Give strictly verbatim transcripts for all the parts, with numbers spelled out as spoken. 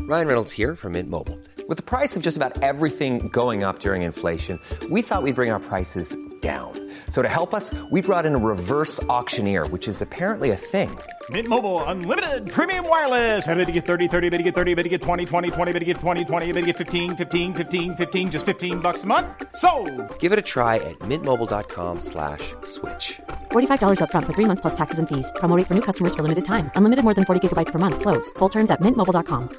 Ryan Reynolds here from Mint Mobile. With the price of just about everything going up during inflation, we thought we'd bring our prices down. So to help us, we brought in a reverse auctioneer, which is apparently a thing. Mint Mobile Unlimited Premium Wireless. How to get thirty, thirty, how to get thirty, how to get twenty, twenty, twenty, how to get twenty, twenty, how to get fifteen, fifteen, fifteen, fifteen, just fifteen bucks a month? Sold! Give it a try at mintmobile.com slash switch. forty-five dollars up front for three months plus taxes and fees. Promo rate for new customers for limited time. Unlimited more than forty gigabytes per month. Slows full terms at mint mobile dot com.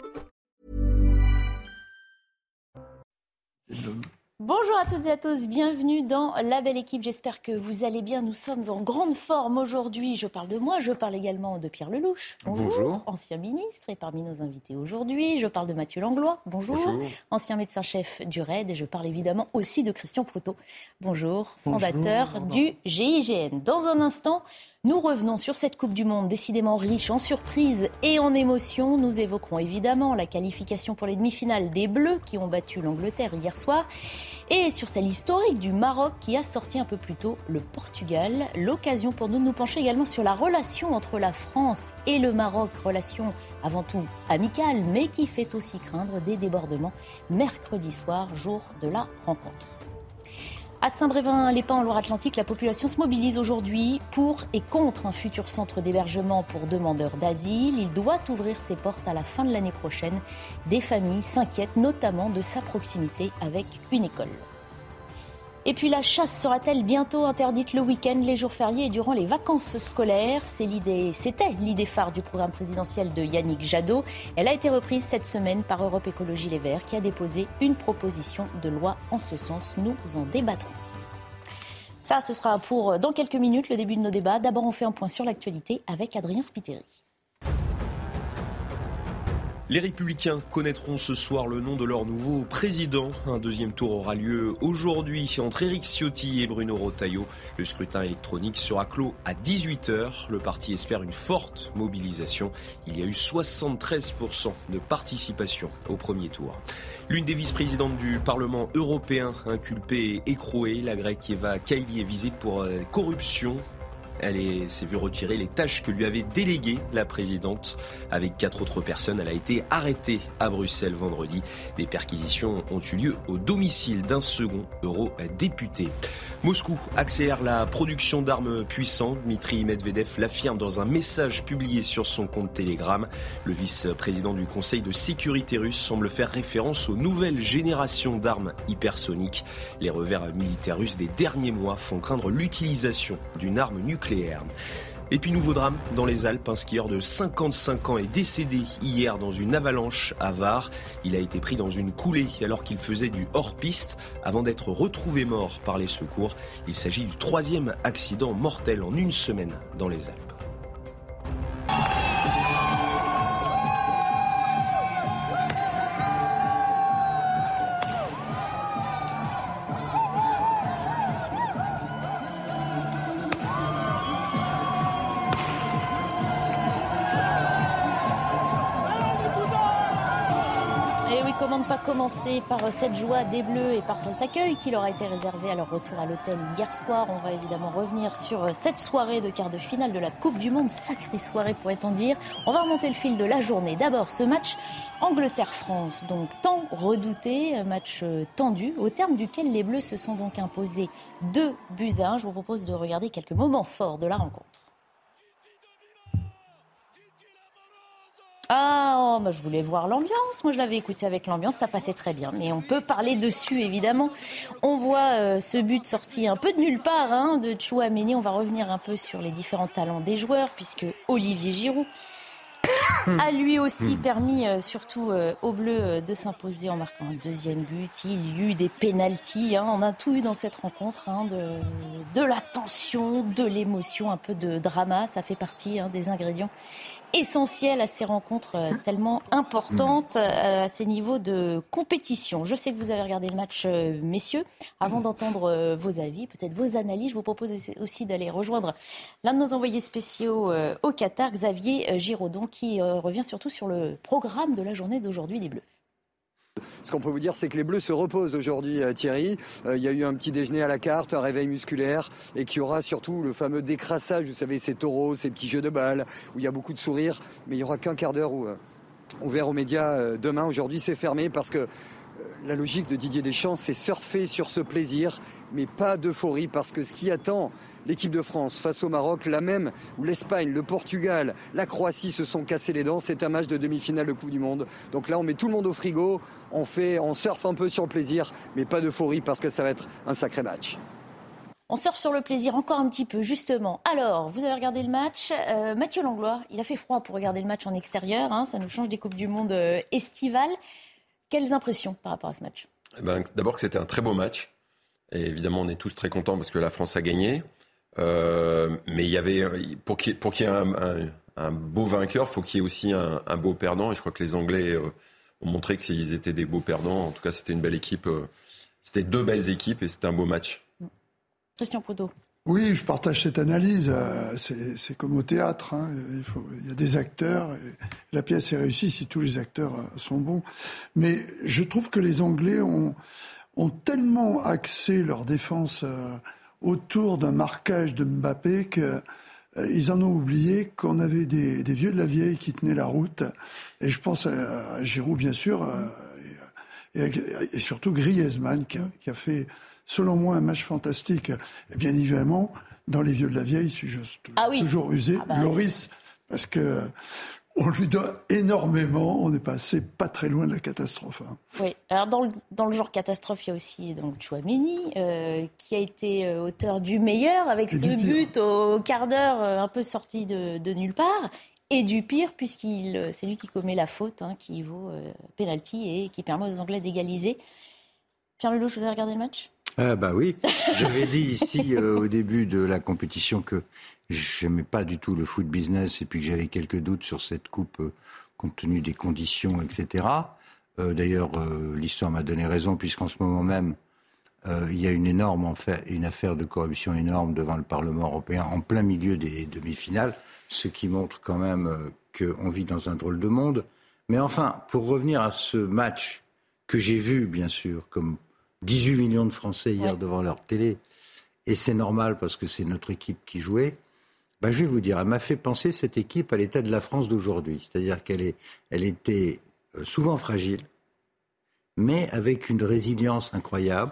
Bonjour à toutes et à tous, bienvenue dans La Belle Équipe, j'espère que vous allez bien, nous sommes en grande forme aujourd'hui, je parle de moi, je parle également de Pierre Lelouch, bonjour, bonjour. Ancien ministre et parmi nos invités aujourd'hui, je parle de Mathieu Langlois, bonjour, bonjour. Ancien médecin-chef du R A I D et je parle évidemment aussi de Christian Proto, bonjour, bonjour. Fondateur bonjour. Du G I G N. Dans un instant, nous revenons sur cette Coupe du Monde, décidément riche en surprises et en émotions. Nous évoquerons évidemment la qualification pour les demi-finales des Bleus qui ont battu l'Angleterre hier soir et sur celle historique du Maroc qui a sorti un peu plus tôt le Portugal. L'occasion pour nous de nous pencher également sur la relation entre la France et le Maroc, relation avant tout amicale mais qui fait aussi craindre des débordements mercredi soir, jour de la rencontre. À Saint-Brévin-les-Pins, en Loire-Atlantique, la population se mobilise aujourd'hui pour et contre un futur centre d'hébergement pour demandeurs d'asile. Il doit ouvrir ses portes à la fin de l'année prochaine. Des familles s'inquiètent notamment de sa proximité avec une école. Et puis la chasse sera-t-elle bientôt interdite le week-end, les jours fériés et durant les vacances scolaires ? C'est l'idée, c'était l'idée phare du programme présidentiel de Yannick Jadot. Elle a été reprise cette semaine par Europe Écologie Les Verts qui a déposé une proposition de loi en ce sens. Nous en débattrons. Ça, ce sera pour dans quelques minutes le début de nos débats. D'abord, on fait un point sur l'actualité avec Adrien Spiteri. Les Républicains connaîtront ce soir le nom de leur nouveau président. Un deuxième tour aura lieu aujourd'hui entre Éric Ciotti et Bruno Retailleau. Le scrutin électronique sera clos à dix-huit heures. Le parti espère une forte mobilisation. Il y a eu soixante-treize pour cent de participation au premier tour. L'une des vice-présidentes du Parlement européen inculpée et écrouée, la Grecque Eva Kaili, est visée pour corruption. Elle est, s'est vue retirer les tâches que lui avait déléguées la présidente. Avec quatre autres personnes, elle a été arrêtée à Bruxelles vendredi. Des perquisitions ont eu lieu au domicile d'un second eurodéputé. Moscou accélère la production d'armes puissantes. Dmitri Medvedev l'affirme dans un message publié sur son compte Telegram. Le vice-président du Conseil de sécurité russe semble faire référence aux nouvelles générations d'armes hypersoniques. Les revers militaires russes des derniers mois font craindre l'utilisation d'une arme nucléaire. Et puis nouveau drame dans les Alpes, un skieur de cinquante-cinq ans est décédé hier dans une avalanche à Var. Il a été pris dans une coulée alors qu'il faisait du hors-piste avant d'être retrouvé mort par les secours. Il s'agit du troisième accident mortel en une semaine dans les Alpes. Comment ne pas commencer par cette joie des Bleus et par cet accueil qui leur a été réservé à leur retour à l'hôtel hier soir. On va évidemment revenir sur cette soirée de quart de finale de la Coupe du Monde. Sacrée soirée pourrait-on dire. On va remonter le fil de la journée. D'abord ce match Angleterre-France, donc tant redouté, un match tendu au terme duquel les Bleus se sont donc imposés deux buts à un. Je vous propose de regarder quelques moments forts de la rencontre. Ah, oh, bah je voulais voir l'ambiance. Moi, je l'avais écouté avec l'ambiance, ça passait très bien. Mais on peut parler dessus, évidemment. On voit euh, ce but sorti un peu de nulle part hein, de Tchouaméni. On va revenir un peu sur les différents talents des joueurs, puisque Olivier Giroud a lui aussi permis, euh, surtout euh, aux Bleus, euh, de s'imposer en marquant un deuxième but. Il y a eu des pénaltys. Hein. On a tout eu dans cette rencontre. Hein, de, de la tension, de l'émotion, un peu de drama. Ça fait partie hein, des ingrédients essentiel à ces rencontres euh, tellement importantes euh, à ces niveaux de compétition. Je sais que vous avez regardé le match, euh, messieurs. Avant d'entendre euh, vos avis, peut-être vos analyses, je vous propose aussi d'aller rejoindre l'un de nos envoyés spéciaux euh, au Qatar, Xavier euh, Giraudon, qui euh, revient surtout sur le programme de la journée d'aujourd'hui des Bleus. Ce qu'on peut vous dire, c'est que les Bleus se reposent aujourd'hui, Thierry. Euh, il y a eu un petit déjeuner à la carte, un réveil musculaire, et qu'il y aura surtout le fameux décrassage, vous savez, ces taureaux, ces petits jeux de balles, où il y a beaucoup de sourires, mais il n'y aura qu'un quart d'heure où... Euh ouvert aux médias demain. Aujourd'hui, c'est fermé parce que la logique de Didier Deschamps, c'est surfer sur ce plaisir, mais pas d'euphorie, parce que ce qui attend l'équipe de France face au Maroc, là même où l'Espagne, le Portugal, la Croatie se sont cassés les dents, c'est un match de demi-finale de Coupe du Monde. Donc là, on met tout le monde au frigo, on, fait, on surfe un peu sur le plaisir, mais pas d'euphorie, parce que ça va être un sacré match. On surfe sur le plaisir encore un petit peu, justement. Alors, vous avez regardé le match. Euh, Mathieu Langlois, il a fait froid pour regarder le match en extérieur. Hein, ça nous change des Coupes du Monde euh, estivales. Quelles impressions par rapport à ce match ? Eh ben, d'abord que c'était un très beau match. Et évidemment, on est tous très contents parce que la France a gagné. Euh, mais il y avait, pour qu'il, pour qu'il y ait un, un, un beau vainqueur, il faut qu'il y ait aussi un, un beau perdant. Et je crois que les Anglais euh, ont montré qu'ils étaient des beaux perdants. En tout cas, c'était une belle équipe. Euh, c'était deux belles équipes et c'était un beau match. Christian Proutot. Oui, je partage cette analyse. C'est, c'est comme au théâtre. Hein. Il, faut, il y a des acteurs. Et la pièce est réussie si tous les acteurs sont bons. Mais je trouve que les Anglais ont, ont tellement axé leur défense autour d'un marquage de Mbappé qu'ils en ont oublié qu'on avait des, des vieux de la vieille qui tenaient la route. Et je pense à, à Giroud, bien sûr, et, et, et surtout Griezmann qui a, qui a fait... selon moi, un match fantastique. Et bien évidemment, dans les vieux de la vieille, si j'ose ah oui. toujours user, ah bah Loris, parce que on lui donne énormément. On est passé pas très loin de la catastrophe. Hein. Oui. Alors dans le, dans le genre catastrophe, il y a aussi donc Tchouaméni euh, qui a été euh, auteur du meilleur avec Et ce but au quart d'heure euh, un peu sorti de, de nulle part. Et du pire, puisqu'il c'est lui qui commet la faute, hein, qui vaut euh, penalty et qui permet aux Anglais d'égaliser. Pierre Lelouch, vous avez regardé le match ? Ah bah oui, j'avais dit ici euh, au début de la compétition que j'aimais pas du tout le foot business et puis que j'avais quelques doutes sur cette coupe euh, compte tenu des conditions, et cetera. Euh, d'ailleurs, euh, l'histoire m'a donné raison puisqu'en ce moment même, euh, il y a une énorme affaire, une affaire de corruption énorme devant le Parlement européen en plein milieu des demi-finales, ce qui montre quand même euh, qu'on vit dans un drôle de monde. Mais enfin, pour revenir à ce match que j'ai vu, bien sûr, comme dix-huit millions de Français hier ouais. devant leur télé, et c'est normal parce que c'est notre équipe qui jouait, ben je vais vous dire, elle m'a fait penser cette équipe à l'état de la France d'aujourd'hui. C'est-à-dire qu'elle est, elle était souvent fragile, mais avec une résilience incroyable,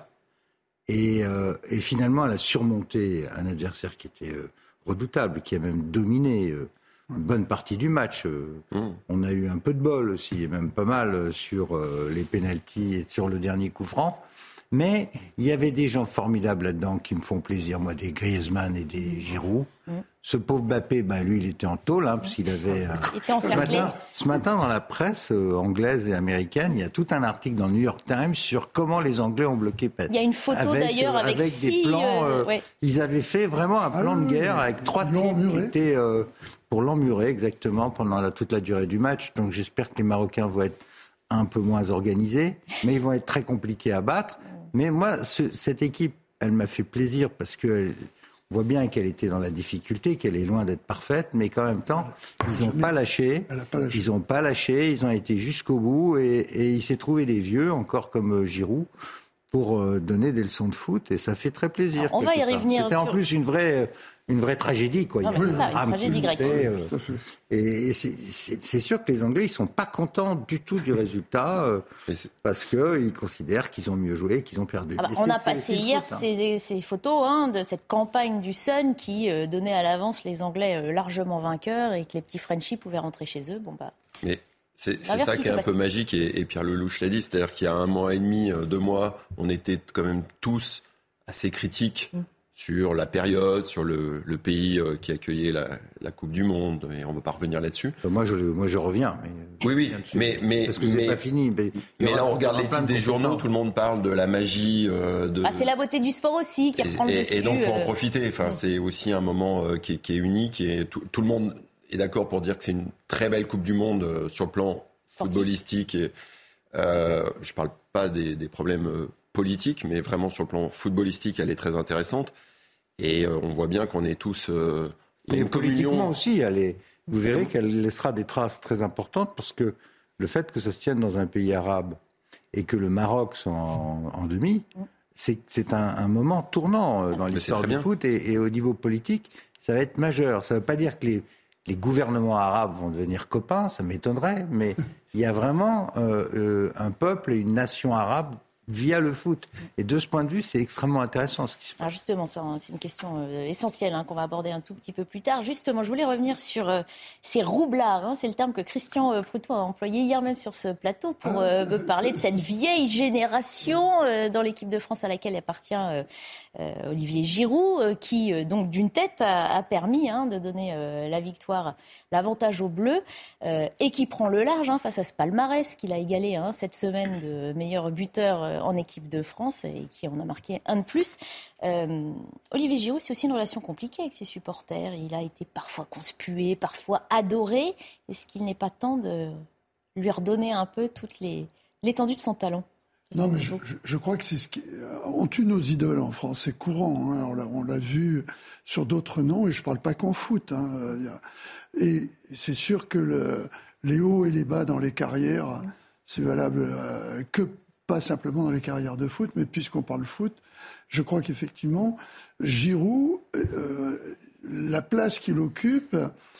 et, euh, et finalement elle a surmonté un adversaire qui était euh, redoutable, qui a même dominé euh, une bonne partie du match. Euh, mmh. On a eu un peu de bol aussi, et même pas mal sur euh, les pénaltys et sur le dernier coup franc. Mais il y avait des gens formidables là-dedans qui me font plaisir, moi, des Griezmann et des Giroud. Mmh. Ce pauvre Mbappé, ben, lui, il était en tôle, hein, parce qu'il avait... Euh, il était encerclé. Ce matin, ce matin, dans la presse euh, anglaise et américaine, il y a tout un article dans le New York Times sur comment les Anglais ont bloqué Pet. Il y a une photo avec, d'ailleurs avec, avec six... des plans... Euh, ouais. Ils avaient fait vraiment un plan ah, de guerre avec trois types qui étaient... Euh, pour l'emmurer, exactement, pendant la, toute la durée du match. Donc j'espère que les Marocains vont être un peu moins organisés, mais ils vont être très compliqués à battre. Mais moi, ce, cette équipe, elle m'a fait plaisir parce qu'on voit bien qu'elle était dans la difficulté, qu'elle est loin d'être parfaite, mais qu'en même temps, ils n'ont pas lâché. pas lâché. Ils n'ont pas lâché, ils ont été jusqu'au bout et, et il s'est trouvé des vieux, encore comme Giroud, pour euh, donner des leçons de foot et ça fait très plaisir. Alors, on va y revenir. C'était sur... en plus une vraie... Une vraie tragédie, quoi. Non, il y a c'est ça, une tragédie grecque. Euh, et c'est, c'est, c'est sûr que les Anglais, ils sont pas contents du tout du résultat euh, parce qu'ils considèrent qu'ils ont mieux joué, qu'ils ont perdu. Ah bah, on a passé hier faute, hein. ces, ces photos hein, de cette campagne du Sun qui euh, donnait à l'avance les Anglais euh, largement vainqueurs et que les petits Frenchies pouvaient rentrer chez eux. Bon bah. Mais... C'est, c'est ça qui, qui est un passé. peu magique et, et Pierre Lelouch l'a dit, c'est-à-dire qu'il y a un mois et demi, deux mois, on était quand même tous assez critiques. Mm. sur la période, sur le, le pays qui accueillait la, la Coupe du Monde, et on ne va pas revenir là-dessus. Moi, je, moi, je reviens. Mais... Oui, oui, mais, mais, parce que mais, c'est pas fini. Mais, mais là, on regarde les titres des journaux, tout le monde parle de la magie. Euh, de... Ah, c'est la beauté du sport aussi qui reprend le dessus. Et donc, il faut en profiter. Enfin, c'est aussi un moment euh, qui, est, qui est unique, et tout, tout le monde est d'accord pour dire que c'est une très belle Coupe du Monde euh, sur le plan sportif. Footballistique. Et, euh, je ne parle pas des, des problèmes euh, politiques, mais vraiment sur le plan footballistique, elle est très intéressante. Et euh, on voit bien qu'on est tous... Euh, et politiquement aussi, elle est, vous verrez qu'elle laissera des traces très importantes parce que le fait que ça se tienne dans un pays arabe et que le Maroc soit en, en demi, c'est, c'est un, un moment tournant euh, dans l'histoire du foot et, et au niveau politique, ça va être majeur. Ça ne veut pas dire que les, les gouvernements arabes vont devenir copains, ça m'étonnerait, mais il y a vraiment euh, euh, un peuple et une nation arabe via le foot. Et de ce point de vue, c'est extrêmement intéressant ce qui se passe. Alors justement, ça, c'est une question euh, essentielle hein, qu'on va aborder un tout petit peu plus tard. Justement, je voulais revenir sur euh, ces roublards. Hein, c'est le terme que Christian euh, Proutot a employé hier même sur ce plateau pour euh, me parler de cette vieille génération euh, dans l'équipe de France à laquelle appartient euh, euh, Olivier Giroud, euh, qui, euh, donc, d'une tête, a, a permis hein, de donner euh, la victoire, l'avantage aux Bleus, euh, et qui prend le large hein, face à ce palmarès qu'il a égalé hein, cette semaine de meilleur buteur euh, en équipe de France et qui en a marqué un de plus. Euh, Olivier Giroud, c'est aussi une relation compliquée avec ses supporters. Il a été parfois conspué, parfois adoré. Est-ce qu'il n'est pas temps de lui redonner un peu toute les, l'étendue de son talent ? Non, mais je, je, je crois que c'est ce qui... On tue nos idoles en France, c'est courant. Hein, on, l'a, on l'a vu sur d'autres noms, et je ne parle pas qu'en foot. Hein, y a... Et c'est sûr que le, les hauts et les bas dans les carrières, c'est valable euh, que pas simplement dans les carrières de foot, mais puisqu'on parle foot, je crois qu'effectivement, Giroud, euh, la place qu'il occupe,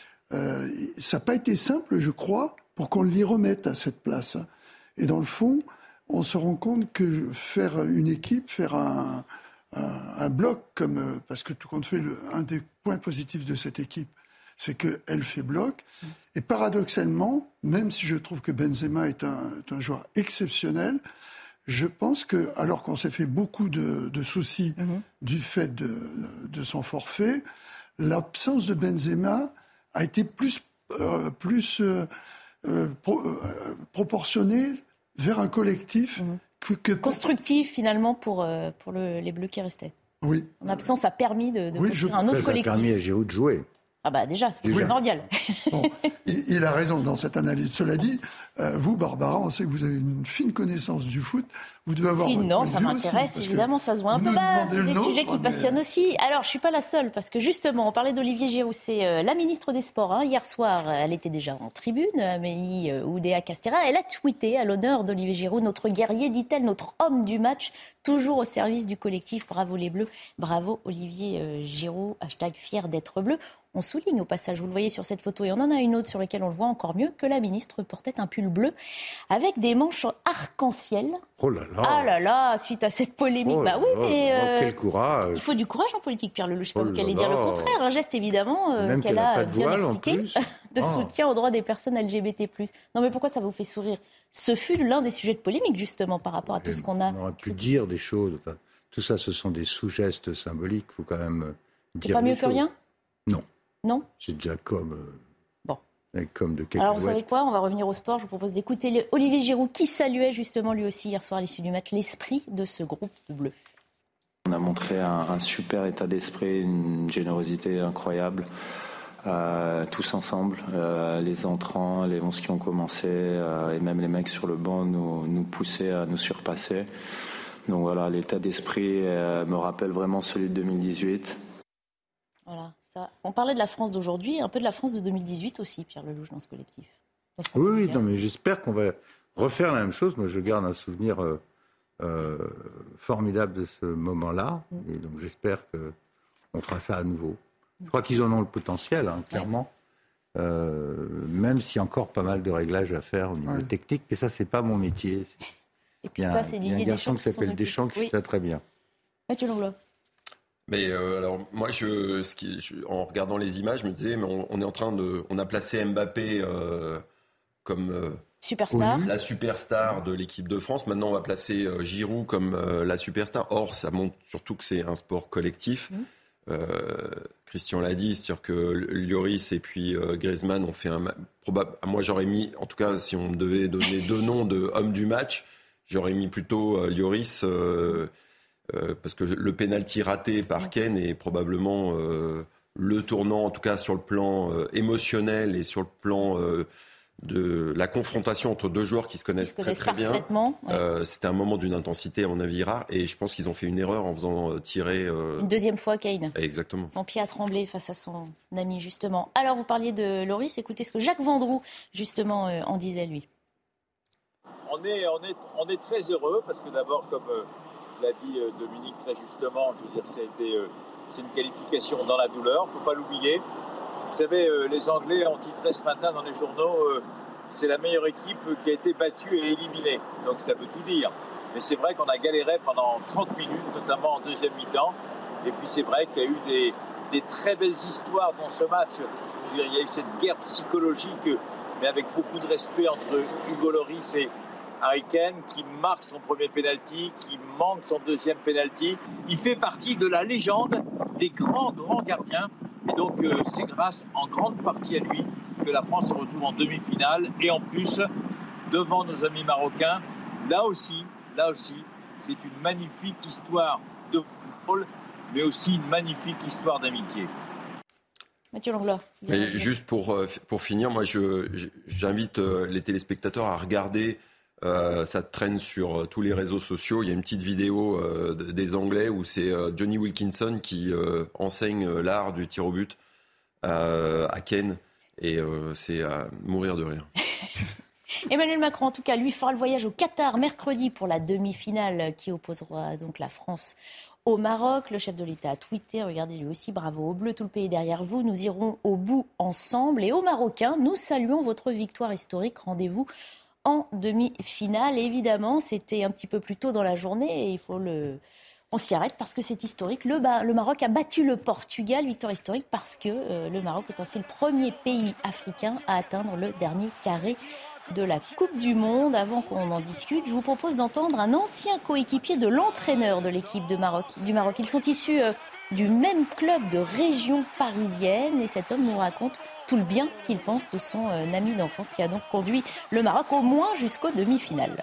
euh, ça n'a pas été simple, je crois, pour qu'on l'y remette à cette place. Et dans le fond, on se rend compte que faire une équipe, faire un, un, un bloc, comme, parce que tout compte fait, le, un des points positifs de cette équipe, c'est qu'elle fait bloc. Et paradoxalement, même si je trouve que Benzema est un, est un joueur exceptionnel, je pense que, alors qu'on s'est fait beaucoup de, de soucis mmh. du fait de, de son forfait, l'absence de Benzema a été plus, euh, plus euh, euh, pro, euh, proportionnée vers un collectif mmh. que, que... constructif finalement pour, euh, pour le, les Bleus qui restaient. Oui. En absence, ça a permis de, de oui, construire je... un autre ça collectif. Ça a permis à Giroud de jouer. Ah bah déjà, c'est primordial. Bon, il, il a raison dans cette analyse. Cela dit, euh, vous, Barbara, on sait que vous avez une fine connaissance du foot. Vous devez avoir... Fine, non, ça m'intéresse, aussi, évidemment, ça se voit un peu bas. C'est des sujets qui mais... passionnent aussi. Alors, je ne suis pas la seule, parce que justement, on parlait d'Olivier Giroud, c'est euh, la ministre des Sports. Hein. Hier soir, elle était déjà en tribune, Amélie euh, Oudéa-Castéra. Elle a tweeté à l'honneur d'Olivier Giroud, notre guerrier, dit-elle, notre homme du match, toujours au service du collectif. Bravo les Bleus, bravo Olivier euh, Giroud, hashtag fier d'être bleu. On souligne au passage, vous le voyez sur cette photo, et on en a une autre sur laquelle on le voit encore mieux, que la ministre portait un pull bleu avec des manches arc-en-ciel. Oh là là. Ah là là, suite à cette polémique. Oh bah oui, là mais euh, oh, quel courage. Il faut du courage en politique, Pierre Lelouch. Je ne sais pas oh vous qui allez dire le contraire. Un geste évidemment euh, qu'elle, qu'elle a, a bien expliqué de oh. soutien aux droits des personnes L G B T plus. Non mais pourquoi ça vous fait sourire ? Ce fut l'un des sujets de polémique justement par rapport à tout ce qu'on a. On aurait pu dire des choses. Enfin, tout ça, ce sont des sous-gestes symboliques. Il faut quand même dire. C'est pas mieux que rien ? Non. Non ? C'est déjà comme. Euh, bon. Comme de Alors vous savez quoi ? On va revenir au sport. Je vous propose d'écouter Olivier Giroud qui saluait justement lui aussi hier soir à l'issue du match l'esprit de ce groupe bleu. On a montré un, un super état d'esprit, une générosité incroyable. Euh, tous ensemble, euh, les entrants, les onze qui ont commencé, euh, et même les mecs sur le banc nous, nous poussaient à nous surpasser. Donc voilà, l'état d'esprit euh, me rappelle vraiment celui de deux mille dix-huit. Voilà, ça. On parlait de la France d'aujourd'hui, un peu de la France de deux mille dix-huit aussi, Pierre Lelouch, dans ce collectif. Dans ce oui, oui, non, mais j'espère qu'on va refaire la même chose. Moi, je garde un souvenir euh, euh, formidable de ce moment-là, mm. et donc j'espère qu'on fera ça à nouveau. Je crois qu'ils en ont le potentiel, hein, clairement, ouais. euh, même s'il y a encore pas mal de réglages à faire au niveau ouais. technique, mais ça, c'est pas mon métier. Et puis ça, c'est Didier Deschamps. Il y a un garçon qui s'appelle Deschamps qui fait ça très bien. Mathieu Langlois. Mais euh, alors moi, je, ce qui, je, en regardant les images, je me disais, mais on, on est en train de, on a placé Mbappé euh, comme euh, superstar, la superstar de l'équipe de France. Maintenant, on va placer euh, Giroud comme euh, la superstar. Or, ça montre surtout que c'est un sport collectif. Mmh. Euh, Christian l'a dit, c'est-à-dire que Lloris et puis euh, Griezmann ont fait un probable. Moi, j'aurais mis, en tout cas, si on devait donner deux noms de hommes du match, j'aurais mis plutôt euh, Lloris. Euh, Euh, parce que le pénalty raté par Ken est probablement euh, le tournant, en tout cas sur le plan euh, émotionnel et sur le plan euh, de la confrontation entre deux joueurs qui se connaissent, qui se connaissent très très bien. Ouais. Euh, c'était un moment d'une intensité, à mon avis, rare, et je pense qu'ils ont fait une erreur en faisant euh, tirer... Euh... Une deuxième fois Kane. Exactement. Son pied a tremblé face à son ami, justement. Alors, vous parliez de Lloris, écoutez ce que Jacques Vendroux, justement, euh, en disait, lui. On est, on est, on est très heureux, parce que d'abord, comme... Euh... l'a dit Dominique très justement, je veux dire, ça a été, euh, c'est une qualification dans la douleur, il ne faut pas l'oublier. Vous savez, euh, les Anglais ont titré ce matin dans les journaux, euh, c'est la meilleure équipe qui a été battue et éliminée. Donc ça veut tout dire. Mais c'est vrai qu'on a galéré pendant trente minutes, notamment en deuxième mi-temps. Et puis c'est vrai qu'il y a eu des, des très belles histoires dans ce match. Je veux dire, il y a eu cette guerre psychologique, mais avec beaucoup de respect entre Hugo Lloris et Harry Kane, qui marque son premier pénalty, qui manque son deuxième pénalty. Il fait partie de la légende des grands, grands gardiens. Et donc, euh, c'est grâce en grande partie à lui que la France se retrouve en demi-finale. Et en plus, devant nos amis marocains, là aussi, là aussi, c'est une magnifique histoire de football, mais aussi une magnifique histoire d'amitié. Mathieu Langlois. Mais juste pour, pour finir, moi, je, j'invite les téléspectateurs à regarder. Euh, ça traîne sur tous les réseaux sociaux. Il y a une petite vidéo euh, des Anglais où c'est euh, Johnny Wilkinson qui euh, enseigne euh, l'art du tir au but euh, à Kane. Et euh, c'est à mourir de rire. Emmanuel Macron, en tout cas, lui fera le voyage au Qatar mercredi pour la demi-finale qui opposera donc la France au Maroc. Le chef de l'État a tweeté, regardez lui aussi, bravo aux Bleus, tout le pays est derrière vous. Nous irons au bout ensemble. Et aux Marocains, nous saluons votre victoire historique. Rendez-vous en demi-finale. Évidemment, c'était un petit peu plus tôt dans la journée et il faut le... on s'y arrête parce que c'est historique. Le, ba... le Maroc a battu le Portugal, victoire historique parce que euh, le Maroc est ainsi le premier pays africain à atteindre le dernier carré de la Coupe du Monde. Avant qu'on en discute, je vous propose d'entendre un ancien coéquipier de l'entraîneur de l'équipe de Maroc, du Maroc. Ils sont issus euh, du même club de région parisienne et cet homme nous raconte tout le bien qu'il pense de son euh, ami d'enfance qui a donc conduit le Maroc au moins jusqu'aux demi-finales.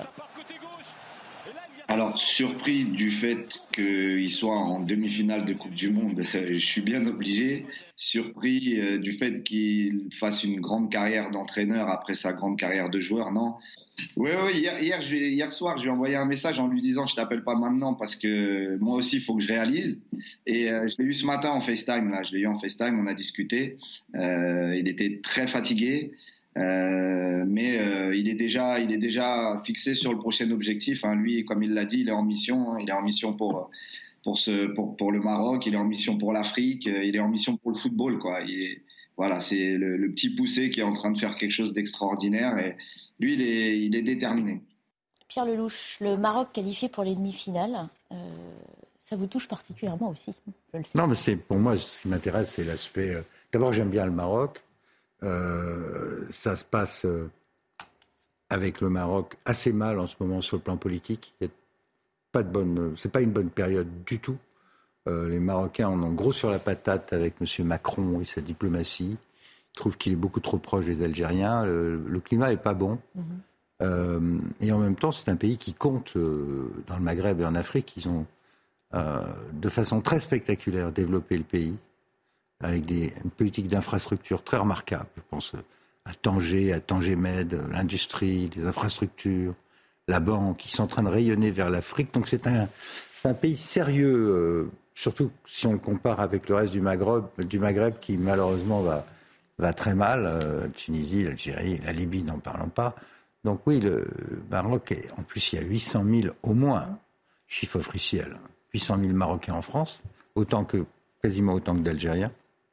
Alors, surpris du fait qu'il soit en demi-finale de Coupe du Monde, je suis bien obligé. Surpris euh, du fait qu'il fasse une grande carrière d'entraîneur après sa grande carrière de joueur, non. Oui, oui, hier, hier, je, hier soir, je lui ai envoyé un message en lui disant « Je t'appelle pas maintenant parce que moi aussi, il faut que je réalise ». Et euh, je l'ai eu ce matin en FaceTime, là. Je l'ai eu en FaceTime, on a discuté. Euh, il était très fatigué. Euh, mais euh, il est déjà, il est déjà fixé sur le prochain objectif. Hein. Lui, comme il l'a dit, il est en mission. Hein. Il est en mission pour pour ce pour pour le Maroc. Il est en mission pour l'Afrique. Il est en mission pour le football, quoi. Il est, voilà, c'est le, le petit poussé qui est en train de faire quelque chose d'extraordinaire. Et lui, il est, il est déterminé. Pierre Lelouch, le Maroc qualifié pour les demi-finales, euh, ça vous touche particulièrement aussi, je le sais. Non, mais c'est pour moi, ce qui m'intéresse, c'est l'aspect. Euh, d'abord, j'aime bien le Maroc. Euh, ça se passe euh, avec le Maroc assez mal en ce moment sur le plan politique. Il y a pas de bonne, c'est pas une bonne période du tout. Euh, les Marocains en ont gros sur la patate avec M. Macron et sa diplomatie. Ils trouvent qu'il est beaucoup trop proche des Algériens. Le, le climat est pas bon. Mm-hmm. Euh, et en même temps, c'est un pays qui compte euh, dans le Maghreb et en Afrique. Ils ont euh, de façon très spectaculaire développé le pays, avec des, une politique d'infrastructure très remarquable. Je pense à Tanger, à Tanger Med, l'industrie, les infrastructures, la banque, ils sont en train de rayonner vers l'Afrique. Donc c'est un, c'est un pays sérieux, euh, surtout si on le compare avec le reste du Maghreb, du Maghreb qui malheureusement va, va très mal. Euh, Tunisie, l'Algérie, la Libye, n'en parlons pas. Donc oui, le Maroc, est, en plus il y a huit cent mille au moins, chiffre officiel, huit cent mille Marocains en France, autant que, quasiment autant que d'Algériens.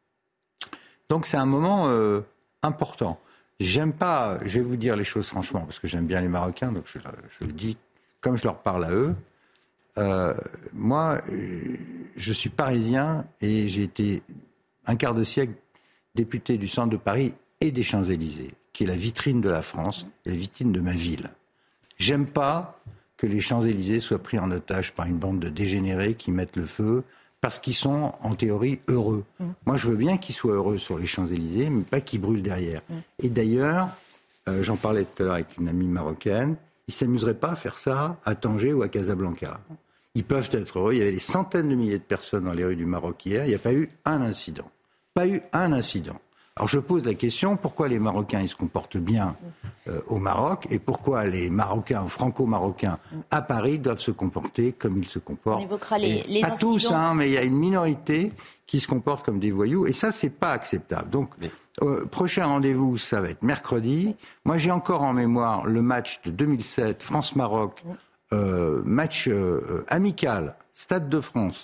Donc c'est un moment euh, important. J'aime pas, je vais vous dire les choses franchement, parce que j'aime bien les Marocains, donc je, je le dis comme je leur parle à eux. Euh, moi, je suis parisien et j'ai été un quart de siècle député du centre de Paris et des Champs-Élysées, qui est la vitrine de la France et la vitrine de ma ville. J'aime pas que les Champs-Élysées soient pris en otage par une bande de dégénérés qui mettent le feu, parce qu'ils sont, en théorie, heureux. Mmh. Moi, je veux bien qu'ils soient heureux sur les Champs-Élysées, mais pas qu'ils brûlent derrière. Mmh. Et d'ailleurs, euh, j'en parlais tout à l'heure avec une amie marocaine, ils ne s'amuseraient pas à faire ça à Tanger ou à Casablanca. Mmh. Ils peuvent être heureux. Il y avait des centaines de milliers de personnes dans les rues du Maroc hier. Il n'y a pas eu un incident. Pas eu un incident. Alors je pose la question, pourquoi les Marocains ils se comportent bien euh, au Maroc et pourquoi les Marocains, franco-marocains à Paris doivent se comporter comme ils se comportent. On évoquera les, les pas incidents. tous, hein, mais il y a une minorité qui se comporte comme des voyous et ça c'est pas acceptable. Donc euh, prochain rendez-vous ça va être mercredi. Oui. Moi j'ai encore en mémoire le match de deux mille sept France-Maroc, oui. euh, match euh, amical, Stade de France.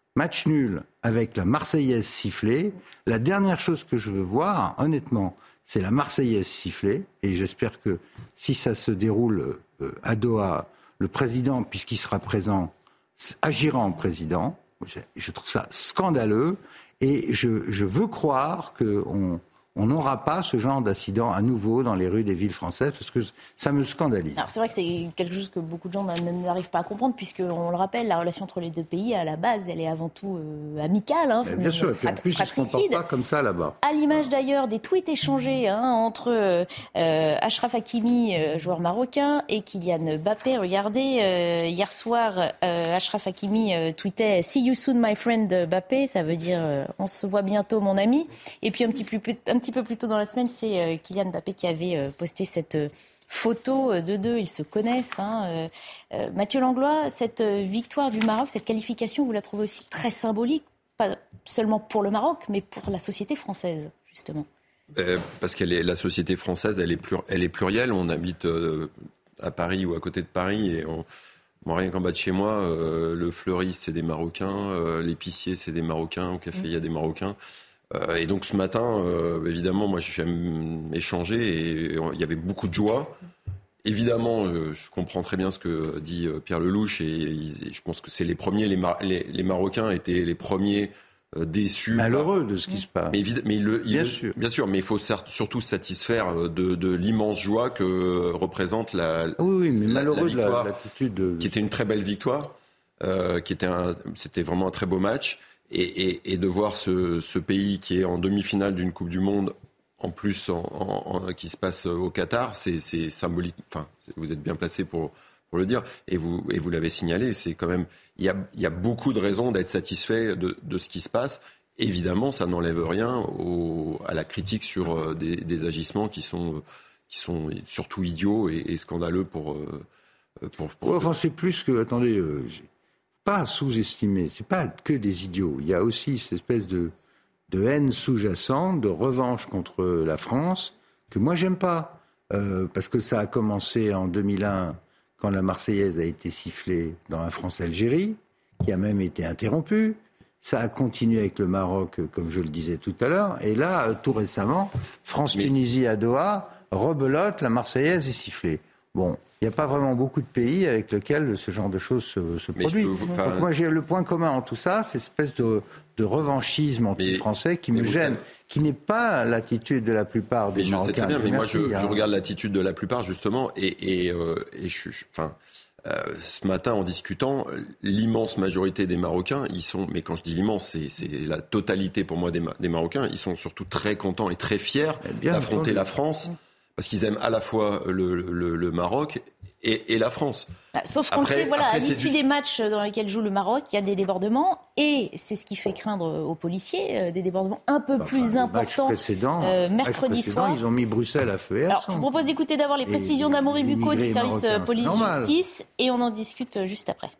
match nul avec la Marseillaise sifflée. La dernière chose que je veux voir, honnêtement, c'est la Marseillaise sifflée. Et j'espère que si ça se déroule euh, à Doha, le président, puisqu'il sera présent, agira en président. Je, je trouve ça scandaleux. Et je, je veux croire qu'on on n'aura pas ce genre d'incident à nouveau dans les rues des villes françaises, parce que ça me scandalise. Alors c'est vrai que c'est quelque chose que beaucoup de gens n'arrivent pas à comprendre, puisqu'on le rappelle, la relation entre les deux pays, à la base, elle est avant tout euh, amicale. Hein, bien sûr, et puis en plus, ils ne se comportent pas comme ça là-bas. À l'image d'ailleurs des tweets échangés hein, entre euh, Achraf Hakimi, euh, joueur marocain, et Kylian Mbappé. Regardez, euh, hier soir, euh, Achraf Hakimi euh, tweetait « See you soon, my friend Mbappé », ça veut dire euh, « On se voit bientôt, mon ami ». Et puis un petit, plus, un petit peu plus tôt dans la semaine, c'est euh, Kylian Mbappé qui avait euh, posté cette euh, photo de deux. Ils se connaissent. Hein. Euh, euh, Mathieu Langlois, cette euh, victoire du Maroc, cette qualification, vous la trouvez aussi très symbolique, pas seulement pour le Maroc, mais pour la société française, justement. Euh, parce que la société française, elle est, plur, elle est plurielle. On habite euh, à Paris ou à côté de Paris et on... Moi, rien qu'en bas de chez moi, euh, le fleuriste, c'est des Marocains, euh, l'épicier, c'est des Marocains, au café, il y a des Marocains. Euh, et donc ce matin, euh, évidemment, moi j'aime échanger et il y avait beaucoup de joie. Évidemment, euh, je comprends très bien ce que dit euh, Pierre Lelouch et, et je pense que c'est les premiers, les, Mar- les, les Marocains étaient les premiers euh, déçus. Malheureux de ce qui se passe. Mais, mais il le, il bien le, sûr. Bien sûr, mais il faut surtout se satisfaire de, de l'immense joie que représente la. Oui, oui mais la, malheureux la victoire, de la, l'attitude de... qui était une très belle victoire, euh, qui était un, c'était vraiment un très beau match. Et, et, et de voir ce, ce pays qui est en demi-finale d'une Coupe du Monde, en plus en, en, en, qui se passe au Qatar, c'est, c'est symbolique. Enfin, vous êtes bien placé pour, pour le dire. Et vous, et vous l'avez signalé, c'est quand même. Il y a, il y a beaucoup de raisons d'être satisfait de, de ce qui se passe. Évidemment, ça n'enlève rien au, à la critique sur des, des agissements qui sont, qui sont surtout idiots et, et scandaleux pour. pour, pour ouais, enfin, c'est plus que. Attendez. Euh, pas sous-estimer, c'est pas que des idiots. Il y a aussi cette espèce de, de haine sous-jacente, de revanche contre la France, que moi j'aime pas. Euh, parce que ça a commencé en deux mille un, quand la Marseillaise a été sifflée dans la France-Algérie, qui a même été interrompue. Ça a continué avec le Maroc, comme je le disais tout à l'heure. Et là, tout récemment, France-Tunisie à Doha, rebelote, la Marseillaise est sifflée. Bon, il n'y a pas vraiment beaucoup de pays avec lesquels ce genre de choses se, se produit. Vous... Donc moi, j'ai le point commun en tout ça, c'est cette espèce de, de revanchisme anti-français qui me gêne, savez... qui n'est pas l'attitude de la plupart des mais Marocains. Je sais très bien, mais merci, moi, je, hein. je regarde l'attitude de la plupart, justement, et, et, euh, et je, je, enfin, euh, ce matin, en discutant, l'immense majorité des Marocains, ils sont, mais quand je dis l'immense, c'est, c'est la totalité pour moi des, des Marocains, ils sont surtout très contents et très fiers d'affronter la France. Parce qu'ils aiment à la fois le, le, le Maroc et, et la France. Bah, sauf qu'on après, le sait, voilà, à l'issue du... des matchs dans lesquels joue le Maroc, il y a des débordements et c'est ce qui fait craindre aux policiers euh, des débordements un peu bah, plus enfin, importants. Euh, mercredi soir, ils ont mis Bruxelles à feu et à Alors, je vous propose d'écouter d'abord les précisions d'Amaury Bucco du service police-justice et on en discute juste après.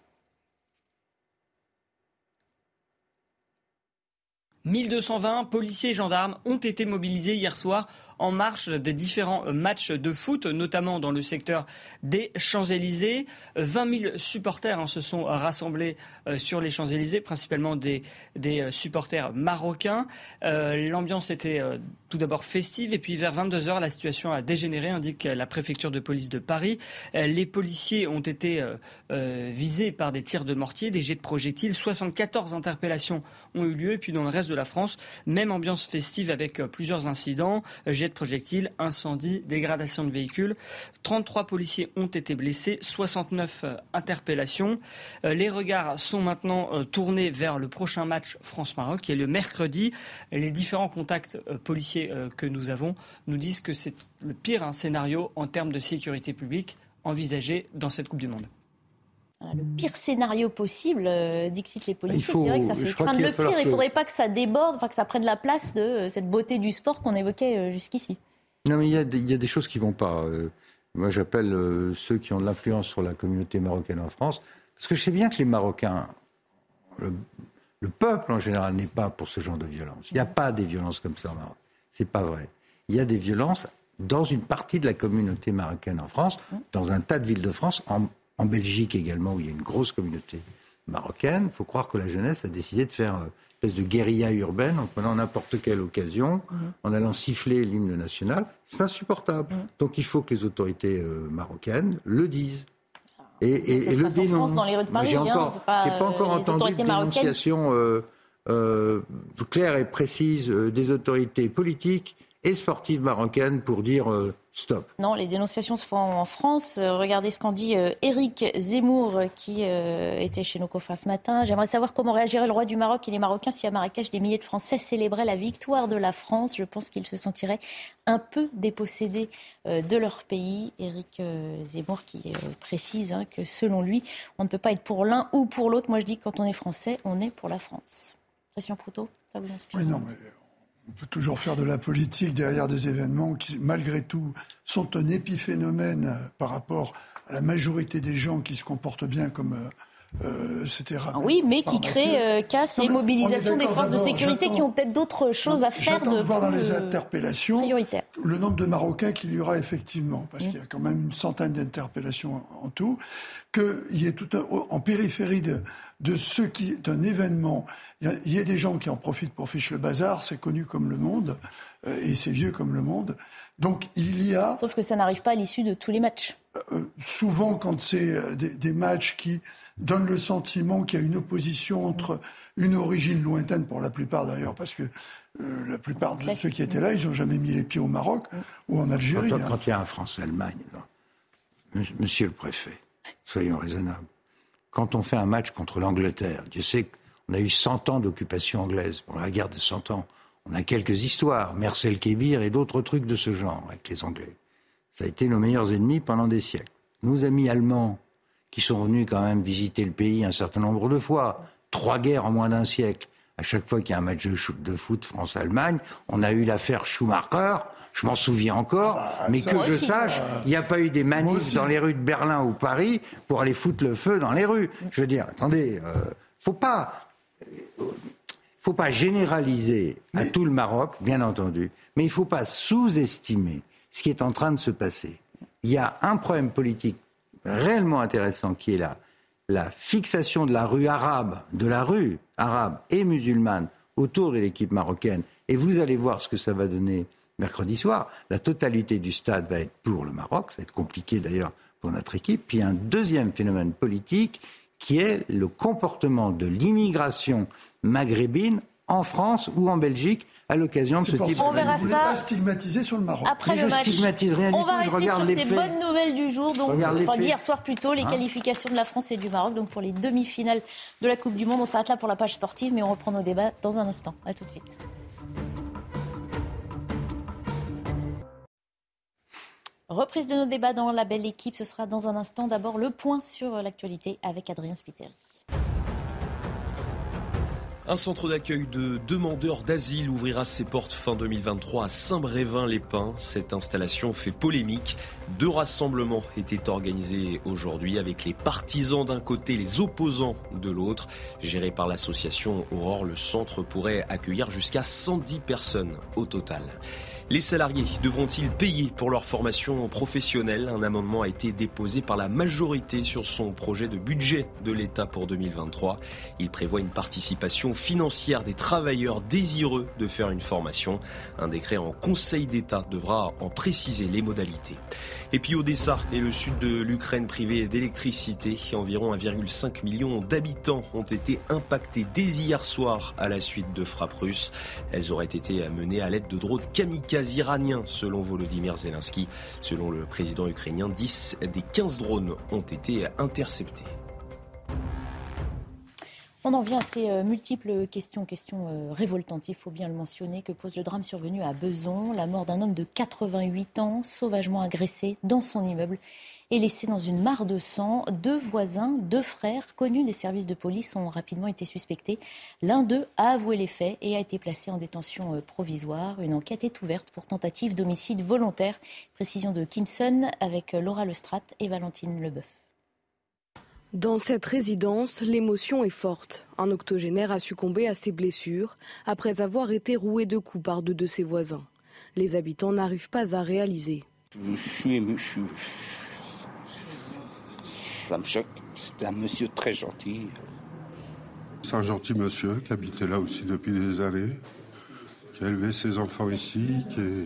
mille deux cent vingt policiers et gendarmes ont été mobilisés hier soir en marge des différents matchs de foot, notamment dans le secteur des Champs-Élysées. vingt mille supporters hein, se sont rassemblés euh, sur les Champs-Élysées, principalement des, des supporters marocains. Euh, l'ambiance était euh, tout d'abord festive et puis vers vingt-deux heures, la situation a dégénéré, indique la préfecture de police de Paris. Euh, les policiers ont été euh, euh, visés par des tirs de mortier, des jets de projectiles. soixante-quatorze interpellations ont eu lieu et puis dans le reste de la France, même ambiance festive avec euh, plusieurs incidents, euh, jets de projectiles, incendies, dégradation de véhicules. trente-trois policiers ont été blessés, soixante-neuf euh, interpellations. Euh, les regards sont maintenant euh, tournés vers le prochain match France-Maroc qui est le mercredi. Les différents contacts euh, policiers euh, que nous avons nous disent que c'est le pire hein, scénario en termes de sécurité publique envisagé dans cette Coupe du Monde. Voilà, le pire scénario possible, euh, dixit les policiers, faut, c'est vrai que ça fait craindre le pire. Que... Il ne faudrait pas que ça déborde, enfin que ça prenne la place de euh, cette beauté du sport qu'on évoquait euh, jusqu'ici. Non, mais il y a des, il y a des choses qui ne vont pas. Euh, moi, j'appelle euh, ceux qui ont de l'influence sur la communauté marocaine en France, parce que je sais bien que les Marocains, le, le peuple en général, n'est pas pour ce genre de violence. Il n'y a pas des violences comme ça au Maroc. Ce n'est pas vrai. Il y a des violences dans une partie de la communauté marocaine en France, dans un tas de villes de France, en En Belgique également, où il y a une grosse communauté marocaine. Il faut croire que la jeunesse a décidé de faire une espèce de guérilla urbaine en prenant n'importe quelle occasion, mmh. en allant siffler l'hymne national. C'est insupportable. Mmh. Donc il faut que les autorités euh, marocaines le disent. Et, et, et le dénoncent. Dans les rues de Paris, j'ai n'ai hein, pas, pas encore euh, entendu de dénonciation euh, euh, claire et précise euh, des autorités politiques et sportives marocaines pour dire euh, stop. Non, les dénonciations se font en France. Euh, regardez ce qu'en dit euh, Éric Zemmour, euh, qui euh, était chez nos confrères ce matin. J'aimerais savoir comment réagirait le roi du Maroc et les Marocains si à Marrakech, des milliers de Français célébraient la victoire de la France. Je pense qu'ils se sentiraient un peu dépossédés euh, de leur pays. Éric euh, Zemmour qui euh, précise hein, que selon lui, on ne peut pas être pour l'un ou pour l'autre. Moi, je dis que quand on est français, on est pour la France. Christian Proutot, ça vous inspire ? Oui, non, mais... On peut toujours faire de la politique derrière des événements qui, malgré tout, sont un épiphénomène par rapport à la majorité des gens qui se comportent bien comme euh, c'était rappelé. Oui, mais qui créent euh, casse et mobilisation des forces de sécurité qui ont peut-être d'autres choses à faire de, de voir dans les interpellations prioritaire. Le nombre de Marocains qu'il y aura effectivement, parce mmh. qu'il y a quand même une centaine d'interpellations en tout, qu'il y ait tout un, en périphérie de, de ce qui est un événement, il y, y a des gens qui en profitent pour ficher le bazar, c'est connu comme le monde, euh, et c'est vieux comme le monde. Donc il y a... Sauf que ça n'arrive pas à l'issue de tous les matchs. Euh, souvent, quand c'est euh, des, des matchs qui donnent le sentiment qu'il y a une opposition entre une origine lointaine, pour la plupart d'ailleurs, parce que euh, la plupart de ceux qui étaient là, ils n'ont jamais mis les pieds au Maroc mmh. ou en Algérie. Quand, hein. quand il y a un France-Allemagne, non. Monsieur le préfet, soyons raisonnables. Quand on fait un match contre l'Angleterre, Dieu sait qu'on a eu cent ans d'occupation anglaise, pendant la guerre de cent ans. On a quelques histoires, Mercel Kébir et d'autres trucs de ce genre avec les Anglais. Ça a été nos meilleurs ennemis pendant des siècles. Nos amis allemands, qui sont venus quand même visiter le pays un certain nombre de fois, trois guerres en moins d'un siècle. À chaque fois qu'il y a un match de foot France-Allemagne, on a eu l'affaire Schumacher, je m'en souviens encore, ah bah, mais que je aussi, sache, il n'y a pas eu des manifs dans les rues de Berlin ou Paris pour aller foutre le feu dans les rues. Je veux dire, attendez, euh, faut pas... Euh, Il ne faut pas généraliser mais... à tout le Maroc, bien entendu, mais il ne faut pas sous-estimer ce qui est en train de se passer. Il y a un problème politique réellement intéressant qui est là, la fixation de la rue arabe, de la rue arabe et musulmane autour de l'équipe marocaine. Et vous allez voir ce que ça va donner mercredi soir. La totalité du stade va être pour le Maroc, ça va être compliqué d'ailleurs pour notre équipe. Puis un deuxième phénomène politique qui est le comportement de l'immigration maghrébine en France ou en Belgique à l'occasion de ce type de... On verra ça. Vous ne voulez pas stigmatiser sur le Maroc. Après Mais le je match, stigmatise rien on du va tout, rester sur ces faits. bonnes nouvelles du jour. Donc, enfin, faits. hier soir plutôt, les hein qualifications de la France et du Maroc donc pour les demi-finales de la Coupe du Monde. On s'arrête là pour la page sportive, mais on reprend nos débats dans un instant. À tout de suite. Reprise de nos débats dans la belle équipe, ce sera dans un instant. D'abord, le point sur l'actualité avec Adrien Spiteri. Un centre d'accueil de demandeurs d'asile ouvrira ses portes fin deux mille vingt-trois à Saint-Brévin-les-Pins. Cette installation fait polémique. Deux rassemblements étaient organisés aujourd'hui avec les partisans d'un côté, les opposants de l'autre. Géré par l'association Aurore, le centre pourrait accueillir jusqu'à cent dix personnes au total. Les salariés devront-ils payer pour leur formation professionnelle ? Un amendement a été déposé par la majorité sur son projet de budget de l'État pour deux mille vingt-trois. Il prévoit une participation financière des travailleurs désireux de faire une formation. Un décret en Conseil d'État devra en préciser les modalités. Et puis Odessa et le sud de l'Ukraine privés d'électricité. Environ un virgule cinq million d'habitants ont été impactés dès hier soir à la suite de frappes russes. Elles auraient été menées à l'aide de drones kamikazes iraniens, selon Volodymyr Zelensky. Selon le président ukrainien, dix des quinze drones ont été interceptés. On en vient à ces euh, multiples questions, questions euh, révoltantes, il faut bien le mentionner, que pose le drame survenu à Bezons. La mort d'un homme de quatre-vingt-huit ans, sauvagement agressé dans son immeuble et laissé dans une mare de sang. Deux voisins, deux frères connus des services de police ont rapidement été suspectés. L'un d'eux a avoué les faits et a été placé en détention euh, provisoire. Une enquête est ouverte pour tentative d'homicide volontaire. Précision de Kinson avec Laura Lestrade et Valentine Leboeuf. Dans cette résidence, l'émotion est forte. Un octogénaire a succombé à ses blessures après avoir été roué de coups par deux de ses voisins. Les habitants n'arrivent pas à réaliser. Je suis ému, je suis... ça me choque. C'était un monsieur très gentil. c'est un gentil monsieur qui habitait là aussi depuis des années, qui a élevé ses enfants ici, qui est...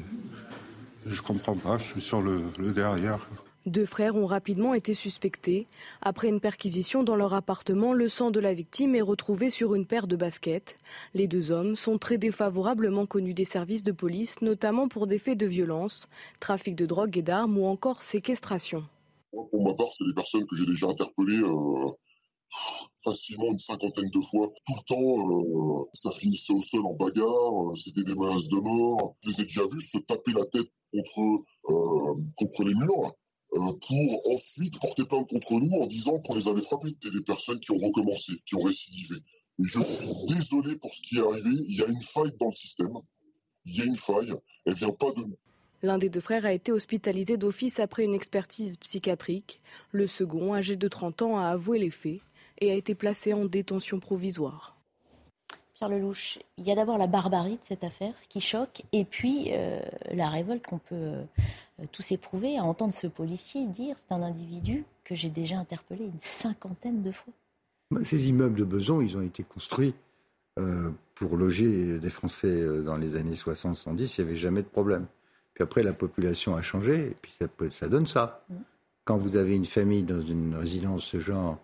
Je comprends pas, je suis sur le, le derrière. Deux frères ont rapidement été suspectés. Après une perquisition dans leur appartement, le sang de la victime est retrouvé sur une paire de baskets. Les deux hommes sont très défavorablement connus des services de police, notamment pour des faits de violence, trafic de drogue et d'armes ou encore séquestration. Pour ma part, c'est des personnes que j'ai déjà interpellées euh, facilement une cinquantaine de fois. Tout le temps, euh, ça finissait au sol en bagarre, euh, c'était des menaces de mort. Je les ai déjà vus se taper la tête contre, euh, contre les murs. Pour ensuite porter plainte contre nous en disant qu'on les avait frappés. C'était des personnes qui ont recommencé, qui ont récidivé. Et je suis désolé pour ce qui est arrivé. Il y a une faille dans le système. Il y a une faille. Elle ne vient pas de nous. L'un des deux frères a été hospitalisé d'office après une expertise psychiatrique. Le second, âgé de trente ans, a avoué les faits et a été placé en détention provisoire. Pierre Lelouch, il y a d'abord la barbarie de cette affaire qui choque et puis euh, la révolte qu'on peut euh, tous éprouver à entendre ce policier dire c'est un individu que j'ai déjà interpellé une cinquantaine de fois. Ces immeubles de Besançon, ils ont été construits euh, pour loger des Français dans les années soixante soixante-dix, il n'y avait jamais de problème. Puis après, la population a changé et puis ça, peut, ça donne ça. Mmh. Quand vous avez une famille dans une résidence de ce genre,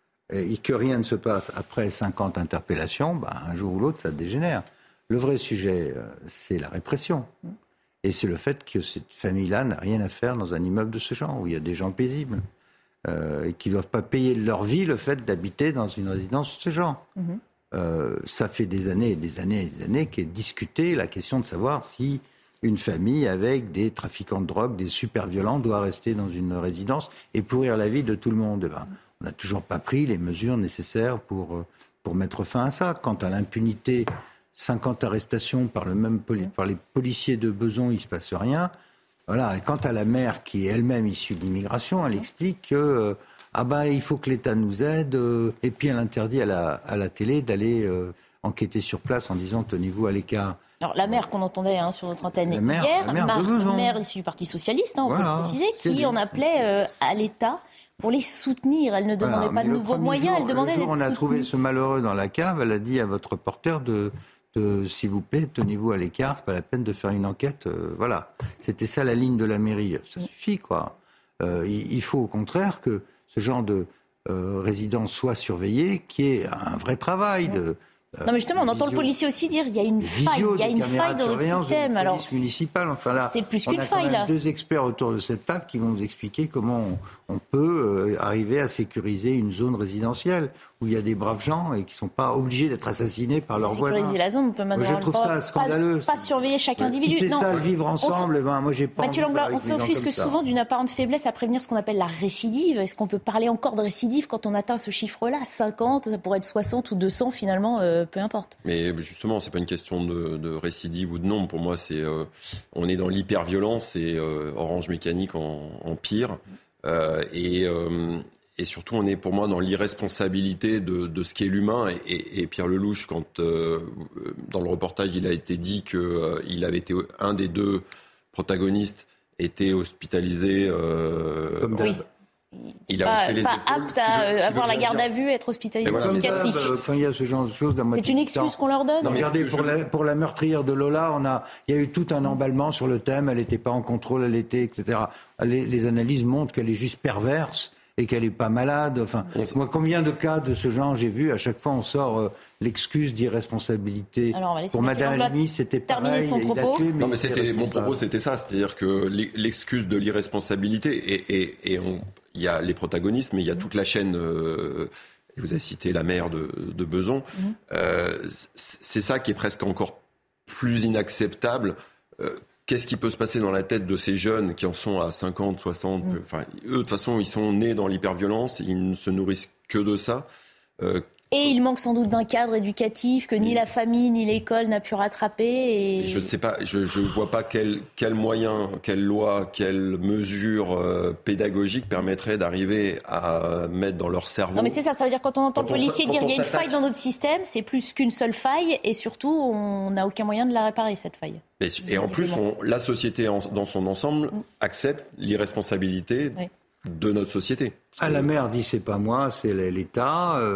et que rien ne se passe après cinquante interpellations, ben, un jour ou l'autre, ça dégénère. Le vrai sujet, c'est la répression. Et c'est le fait que cette famille-là n'a rien à faire dans un immeuble de ce genre, où il y a des gens paisibles, euh, et qui ne doivent pas payer de leur vie le fait d'habiter dans une résidence de ce genre. Mmh. Euh, ça fait des années et des années et des années qu'est discutée la question de savoir si une famille avec des trafiquants de drogue, des super violents, doit rester dans une résidence et pourrir la vie de tout le monde. Ben, on n'a toujours pas pris les mesures nécessaires pour, pour mettre fin à ça. Quant à l'impunité, cinquante arrestations par, le même poli- par les policiers de Besançon, il ne se passe rien. Voilà. Et quant à la mère qui est elle-même issue de l'immigration, elle explique que euh, ah ben, il faut que l'État nous aide. Euh, et puis elle interdit à la, à la télé d'aller euh, enquêter sur place en disant tenez-vous à l'écart. Alors la maire qu'on entendait hein, sur notre antenne la maire, hier, la maire, Marc, maire issue du Parti Socialiste, hein, on voilà, peut le préciser, qui en appelait euh, à l'État pour les soutenir. Elle ne demandait voilà, pas de nouveaux moyens, jour, elle demandait le jour d'être on a soutenue. Trouvé ce malheureux dans la cave, elle a dit à votre reporter de, de s'il vous plaît, tenez-vous à l'écart, c'est pas la peine de faire une enquête. Euh, voilà, c'était ça la ligne de la mairie. Ça suffit, quoi. Euh, il, il faut au contraire que ce genre de euh, résidence soit surveillée, qu'il y ait un vrai travail de... Non mais justement, on entend visio, le policier aussi dire il y a une faille, il y a une faille dans notre système. Alors, municipale, enfin là, c'est plus qu'une on a faille quand même là. Deux experts autour de cette table qui vont nous expliquer comment on, on peut euh, arriver à sécuriser une zone résidentielle où il y a des braves gens et qui ne sont pas obligés d'être assassinés par leurs voisins. Sécuriser la zone, on peut maintenant je trouve ça scandaleux. Pas, pas surveiller chaque individu. Si c'est non. ça le vivre ensemble, on, ben moi j'ai pas. Mathieu Langlois, on s'offusque souvent d'une apparente faiblesse à prévenir ce qu'on appelle la récidive. Est-ce qu'on peut parler encore de récidive quand on atteint ce chiffre-là, cinquante, ça pourrait être soixante ou deux cents finalement, euh, peu importe. Mais justement, c'est pas une question de, de récidive ou de nombre. Pour moi, c'est euh, on est dans l'hyperviolence et euh, Orange Mécanique en, en pire. Euh, et, euh, et surtout, on est pour moi dans l'irresponsabilité de, de ce qu'est l'humain. Et, et, et Pierre Lelouch, quand euh, dans le reportage, il a été dit qu'il euh, avait été un des deux protagonistes était hospitalisé. Euh, Comme oui. Il a pas, fait les pas épaules, apte à veut, avoir la garde dire. à vue, être hospitalisé en voilà, psychiatrie. Quand il y a ce genre de choses, c'est une excuse qu'on leur donne. Non, regardez, pour, je... la, pour la meurtrière de Lola, on a, il y a eu tout un emballement sur le thème. Elle n'était pas en contrôle, elle était, et cetera. Les, les analyses montrent qu'elle est juste perverse et qu'elle n'est pas malade. Enfin, moi, combien de cas de ce genre j'ai vu? À chaque fois, on sort euh, l'excuse d'irresponsabilité. Alors, pour Madame Halimi, c'était pareil. Son il a tué, mais non, mais c'était, mon propos, c'était ça. C'est-à-dire que l'excuse de l'irresponsabilité, et, et, et on, il y a les protagonistes, mais il y a toute la chaîne. Euh, vous avez cité la mère de, de Besançon. Mm-hmm. Euh, c'est ça qui est presque encore plus inacceptable. Euh, Qu'est-ce qui peut se passer dans la tête de ces jeunes qui en sont à cinquante, soixante mmh. Enfin, eux, de toute façon, ils sont nés dans l'hyperviolence, ils ne se nourrissent que de ça. Euh, et il manque sans doute d'un cadre éducatif que ni la famille ni l'école n'a pu rattraper. Et... Je ne sais pas, je ne vois pas quel, quel moyen, quelle loi, quelle mesure euh, pédagogique permettrait d'arriver à mettre dans leur cerveau. Non mais c'est ça, ça veut dire quand on entend quand le policier on, dire il y a une s'attaque. faille dans notre système, c'est plus qu'une seule faille et surtout on n'a aucun moyen de la réparer cette faille. Et, et en plus, on, la société en, dans son ensemble mmh. accepte l'irresponsabilité oui. de notre société. Ah, la mère dit c'est pas moi, c'est l'État. Euh,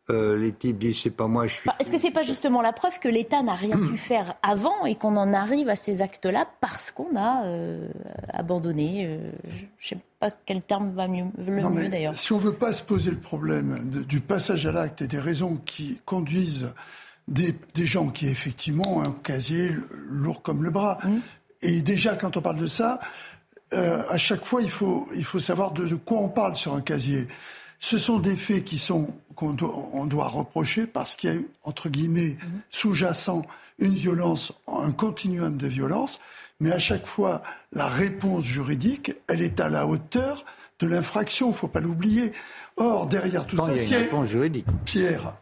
Euh, les types disent c'est pas moi, je suis. Est-ce que c'est pas justement la preuve que l'État n'a rien su faire avant et qu'on en arrive à ces actes-là parce qu'on a euh, abandonné euh, je ne sais pas quel terme va mieux, le non, mieux d'ailleurs. Si on ne veut pas se poser le problème de, du passage à l'acte et des raisons qui conduisent des, des gens qui effectivement ont un casier lourd comme le bras. Mmh. Et déjà quand on parle de ça, euh, à chaque fois il faut, il faut savoir de, de quoi on parle sur un casier. Ce sont des faits qui sont, qu'on doit, on doit reprocher parce qu'il y a eu, entre guillemets, mmh. sous-jacent, une violence, un continuum de violence, mais à chaque fois, la réponse juridique, elle est à la hauteur de l'infraction, il ne faut pas l'oublier. Or, derrière tout Quand ça, il y a une si réponse juridique. Pierre,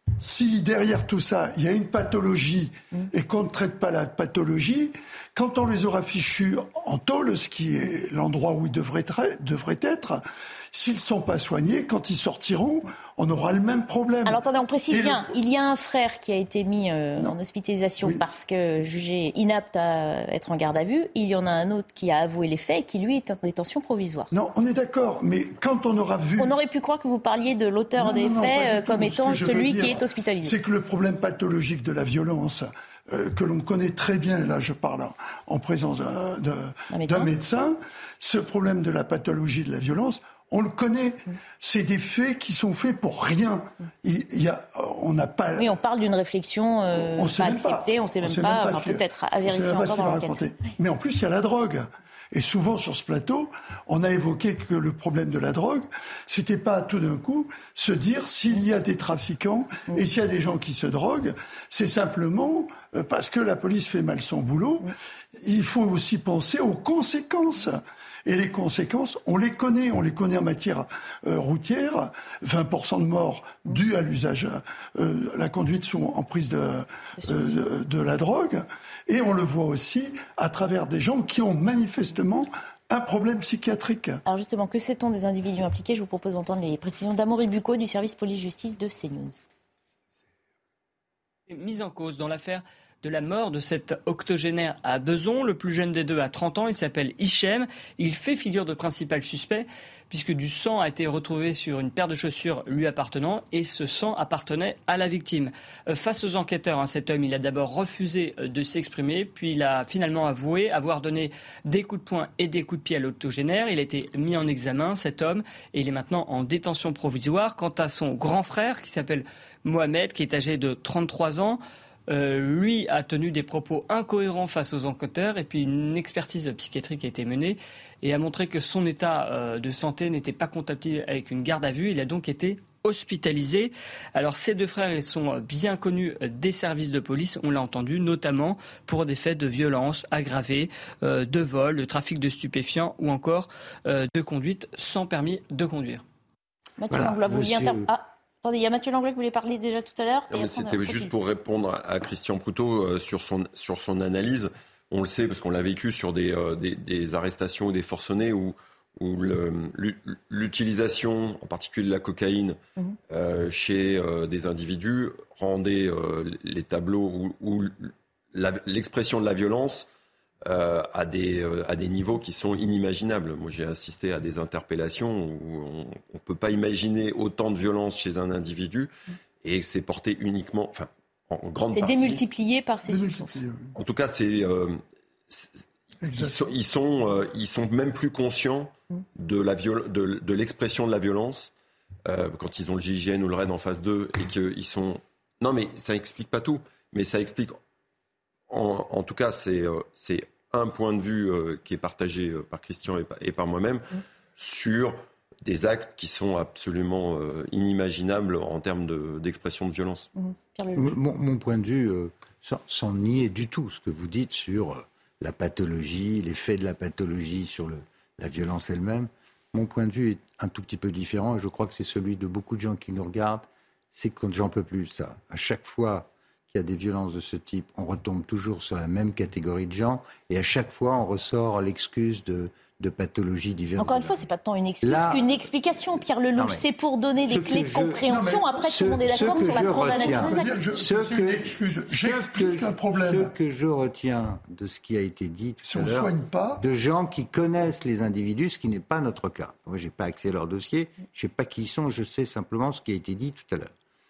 si derrière tout ça, il y a une pathologie mmh. et qu'on ne traite pas la pathologie, quand on les aura fichus en tôle, ce qui est l'endroit où ils devraient, tra- devraient être, s'ils ne sont pas soignés, quand ils sortiront, on aura le même problème. Alors attendez, on précise Et bien, le... il y a un frère qui a été mis euh, en hospitalisation oui. parce que jugé inapte à être en garde à vue. Il y en a un autre qui a avoué les faits et qui, lui, est en détention provisoire. Non, on est d'accord, mais quand on aura vu... On aurait pu croire que vous parliez de l'auteur non, des non, faits non, euh, comme étant celui dire, qui est hospitalisé. C'est que le problème pathologique de la violence... Euh, que l'on connaît très bien, là je parle en, en présence d'un, d'un, d'un, médecin. d'un médecin, ce problème de la pathologie de la violence, on le connaît. Mmh. C'est des faits qui sont faits pour rien. Il, il y a, on n'a pas... Oui, on parle d'une réflexion euh, on pas acceptée, pas. on ne sait même on pas, pas enfin, peut-être à vérifier encore dans l'enquête. Oui. Mais en plus, il y a la drogue. Et souvent, sur ce plateau, on a évoqué que le problème de la drogue, c'était pas tout d'un coup se dire s'il y a des trafiquants mmh. et s'il y a des gens qui se droguent, c'est simplement parce que la police fait mal son boulot. Mmh. Il faut aussi penser aux conséquences. Et les conséquences, on les connaît, on les connaît en matière euh, routière. vingt pour cent de morts dues à l'usage, euh, la conduite sous emprise de, euh, de, de la drogue. Et on le voit aussi à travers des gens qui ont manifestement un problème psychiatrique. Alors justement, que sait-on des individus impliqués ? Je vous propose d'entendre les précisions d'Amaury Bucco du service police-justice de CNews. Mise en cause dans l'affaire de la mort de cet octogénaire à Bezons. Le plus jeune des deux a trente ans, il s'appelle Hichem. Il fait figure de principal suspect puisque du sang a été retrouvé sur une paire de chaussures lui appartenant et ce sang appartenait à la victime. Face aux enquêteurs, hein, cet homme, il a d'abord refusé de s'exprimer, puis il a finalement avoué avoir donné des coups de poing et des coups de pied à l'octogénaire. Il a été mis en examen, cet homme, et il est maintenant en détention provisoire. Quant à son grand frère, qui s'appelle Mohamed, qui est âgé de trente-trois ans, Euh, lui a tenu des propos incohérents face aux enquêteurs et puis une expertise psychiatrique a été menée et a montré que son état euh, de santé n'était pas compatible avec une garde à vue. Il a donc été hospitalisé. Alors ces deux frères, ils sont bien connus des services de police, on l'a entendu, notamment pour des faits de violence aggravée, euh, de vol, de trafic de stupéfiants ou encore euh, de conduite sans permis de conduire. Mathieu voilà, Langlois, vous vouliez inter... ah. Attendez, il y a Mathieu Langlois qui voulait parler déjà tout à l'heure. Non, mais c'était juste pour répondre à Christian Proutot euh, sur, son, sur son analyse. On le sait parce qu'on l'a vécu sur des, euh, des, des arrestations ou des forcenés où, où le, l'utilisation, en particulier de la cocaïne, mmh. euh, chez euh, des individus rendait euh, les tableaux où, où la, l'expression de la violence Euh, à, des, euh, à des niveaux qui sont inimaginables. Moi, j'ai assisté à des interpellations où on ne peut pas imaginer autant de violence chez un individu et c'est porté uniquement, enfin, en grande c'est partie... C'est démultiplié par ces substances. En tout cas, c'est, euh, c'est, ils, sont, ils, sont, euh, ils sont même plus conscients de, la viol- de, de l'expression de la violence euh, quand ils ont le G I G N ou le R A I D en face d'eux et qu'ils sont... Non, mais ça n'explique pas tout, mais ça explique... En, en tout cas, c'est, euh, c'est un point de vue euh, qui est partagé euh, par Christian et par, et par moi-même mmh. sur des actes qui sont absolument euh, inimaginables en termes de, d'expression de violence. Mmh. Mon, mon point de vue, euh, sans, sans nier du tout ce que vous dites sur euh, la pathologie, l'effet de la pathologie sur le, la violence elle-même, mon point de vue est un tout petit peu différent et je crois que c'est celui de beaucoup de gens qui nous regardent. C'est que j'en peux plus, ça. À chaque fois qu'il y a des violences de ce type, on retombe toujours sur la même catégorie de gens et à chaque fois on ressort l'excuse de, de pathologies diverses. Encore une fois, c'est pas tant une excuse Là, qu'une explication, Pierre Lelouch. C'est pour donner des clés de je, compréhension. Après, ce, tout le monde est d'accord sur la condamnation des actes. Je, ce que, une excuse. J'explique un problème. Ce que je retiens de ce qui a été dit tout si à on l'heure, soigne pas, de gens qui connaissent les individus, ce qui n'est pas notre cas. Moi, j'ai pas accès à leur dossier, je sais pas qui ils sont, je sais simplement ce qui a été dit tout à l'heure.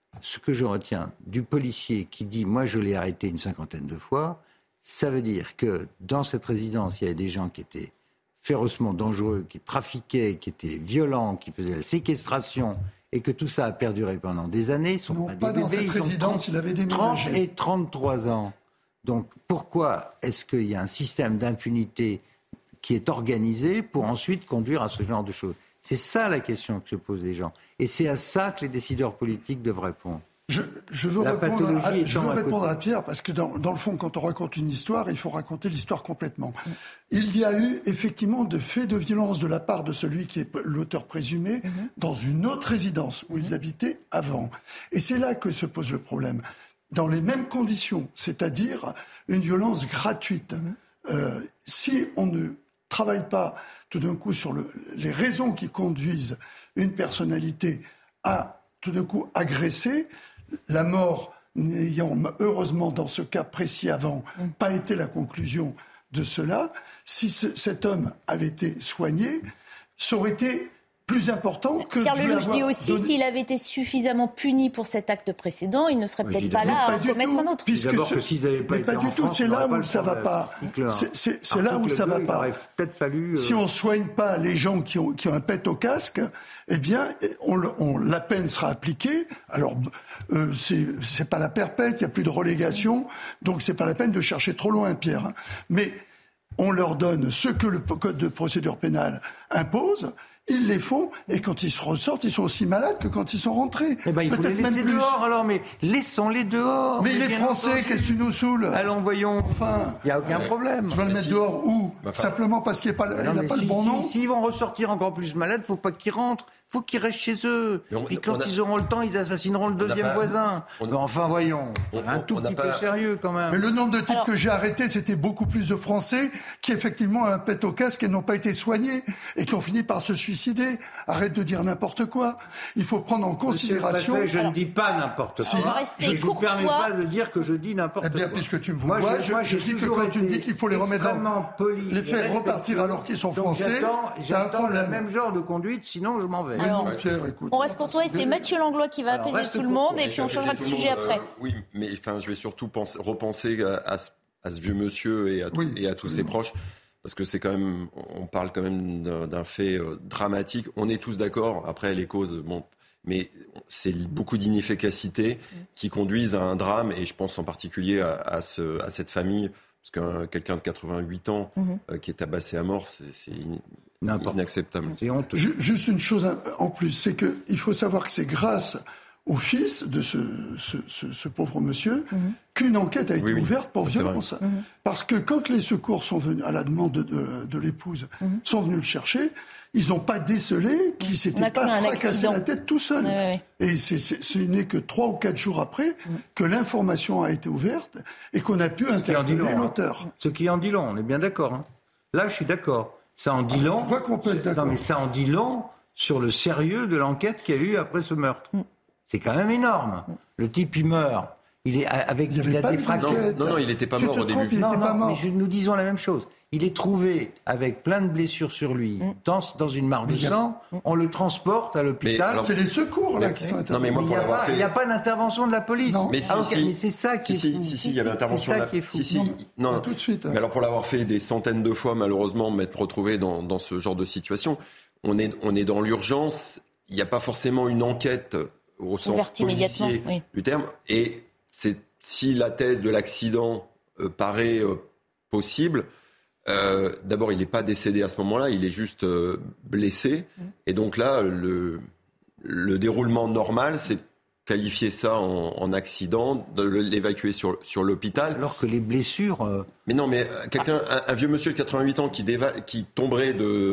ce que je retiens du policier qui dit « moi je l'ai arrêté une cinquantaine de fois », ça veut dire que dans cette résidence, il y avait des gens qui étaient férocement dangereux, qui trafiquaient, qui étaient violents, qui faisaient la séquestration, et que tout ça a perduré pendant des années. Ils sont non, pas, pas des dans bébés, cette ils résidence, trente, il avait déménagé. trente et trente-trois ans. Donc pourquoi est-ce qu'il y a un système d'impunité qui est organisé pour ensuite conduire à ce genre de choses ? C'est ça la question que se posent les gens. Et c'est à ça que les décideurs politiques doivent répondre. Je, je veux la répondre, à, je veux à, répondre à Pierre, parce que dans, dans le fond, quand on raconte une histoire, il faut raconter l'histoire complètement. Il y a eu effectivement de faits de violence de la part de celui qui est l'auteur présumé mm-hmm. dans une autre résidence où mm-hmm. ils habitaient avant. Et c'est là que se pose le problème. Dans les mêmes conditions, c'est-à-dire une violence gratuite. Mm-hmm. Euh, si on ne travaille pas tout d'un coup sur le, les raisons qui conduisent une personnalité à tout d'un coup agresser, la mort n'ayant heureusement dans ce cas précis avant mm. pas été la conclusion de cela, si ce, cet homme avait été soigné, ça aurait été plus important que Pierre de Lelouch dit aussi, donné... s'il avait été suffisamment puni pour cet acte précédent, il ne serait oui, peut-être pas là à en commettre un autre. Puisque D'abord ce... que s'ils n'avaient pas mais été pas du en tout, France, c'est là où pas ça ne va pas. C'est, c'est, c'est là où ça ne va pas. Il aurait peut-être fallu... Euh... Si on ne soigne pas les gens qui ont, qui ont un pet au casque, eh bien, on, on, la peine sera appliquée. Alors, euh, c'est, c'est pas la perpète, il n'y a plus de relégation, donc c'est pas la peine de chercher trop loin, Pierre. Hein. Mais on leur donne ce que le code de procédure pénale impose. Ils les font, et quand ils se ressortent, ils sont aussi malades que quand ils sont rentrés. Eh ben, il faut peut-être les laisser même plus. dehors, alors, mais laissons-les dehors. Mais, mais les Français, entendu. Qu'est-ce que tu nous saoules ? Allons, voyons. Enfin, il n'y a aucun ouais. problème. Tu vas le mettre si. dehors où enfin. Simplement parce qu'il n'a pas, non, il a pas si, le bon si, nom. S'ils si vont ressortir encore plus malades, il ne faut pas qu'ils rentrent. Il faut qu'ils restent chez eux. On, Puis quand a... ils auront le temps, ils assassineront le deuxième pas... voisin. On... Mais enfin, voyons, on, un tout petit pas... peu sérieux quand même. Mais le nombre de types Alors... que j'ai arrêtés, c'était beaucoup plus de Français qui effectivement ont un pet au casque et n'ont pas été soignés et qui ont fini par se suicider. Arrête de dire n'importe quoi. Il faut prendre en considération... Monsieur le préfet, je Alors... ne dis pas n'importe si. quoi. Je ne vous permets pas de dire que je dis n'importe eh bien, quoi. Puisque tu me moi, vois, je, moi, je, je dis que quand tu me dis qu'il faut les remettre en... poli, les faire repartir alors qu'ils sont Donc, français... J'attends, j'attends le même genre de conduite, sinon je m'en vais. Alors, oui, non, Pierre, écoute. On reste contourné, c'est Mathieu Langlois qui va apaiser tout le monde et puis on changera de sujet après. Euh, oui, mais enfin, je vais surtout penser, repenser à, à, ce, à ce vieux monsieur et à, oui, et à tous oui. ses proches, parce que c'est quand même, on parle quand même d'un, d'un fait euh, dramatique. On est tous d'accord, après les causes, bon, mais c'est beaucoup d'inefficacité qui conduisent à un drame, et je pense en particulier à, à, ce, à cette famille, parce que quelqu'un de quatre-vingt-huit ans mm-hmm. euh, qui est tabassé à mort, c'est... c'est in... N'importe. Inacceptable. C'est honteux. Juste une chose en plus, c'est qu'il faut savoir que c'est grâce au fils de ce, ce, ce, ce pauvre monsieur mmh. qu'une enquête a été oui, ouverte pour violence. Mmh. Parce que quand les secours sont venus, à la demande de, de, de l'épouse, mmh. sont venus le chercher, ils n'ont pas décelé qu'il ne s'était pas fracassé la tête tout seul. Ouais, ouais. Et c'est, c'est, ce n'est que trois ou quatre jours après mmh. que l'information a été ouverte et qu'on a pu ce interpeller l'auteur. Hein. Ce qui en dit long, on est bien d'accord. Hein. Là, je suis d'accord. Ça en dit long. On voit qu'on peut être d'accord. Non, mais ça en dit long sur le sérieux de l'enquête qu'il y a eu après ce meurtre. Mm. C'est quand même énorme. Mm. Le type, il meurt. Il est avec. Il, il a des fractures. Non, non, non, il n'était pas tu mort au début. Il non, non, pas mort. Mais je, nous disons la même chose. Il est trouvé avec plein de blessures sur lui, mm. dans, dans une mare de sang. On le transporte à l'hôpital. Alors, c'est les secours là mais, qui sont intervenus. Non, mais moi, pour l'avoir fait... Il n'y a pas d'intervention de la police. Non. Mais si, ah, okay, si, mais c'est ça qui si, est fou. Si, si, si, il y avait intervention de la police. Si, si, non, non, non, tout de suite. Mais alors, pour l'avoir fait des centaines de fois, malheureusement, m'être retrouvé dans, dans ce genre de situation, on est, on est dans l'urgence. Il n'y a pas forcément une enquête au sens ouverte policier oui. du terme. Et c'est, si la thèse de l'accident euh, paraît euh, possible, euh, d'abord, il n'est pas décédé à ce moment-là, il est juste euh, blessé. Mmh. Et donc là, le, le déroulement normal, c'est qualifier ça en, en accident, de l'évacuer sur, sur l'hôpital. Alors que les blessures... Euh... Mais non, mais quelqu'un, un, un vieux monsieur de quatre-vingt-huit ans qui, déva, qui tomberait de,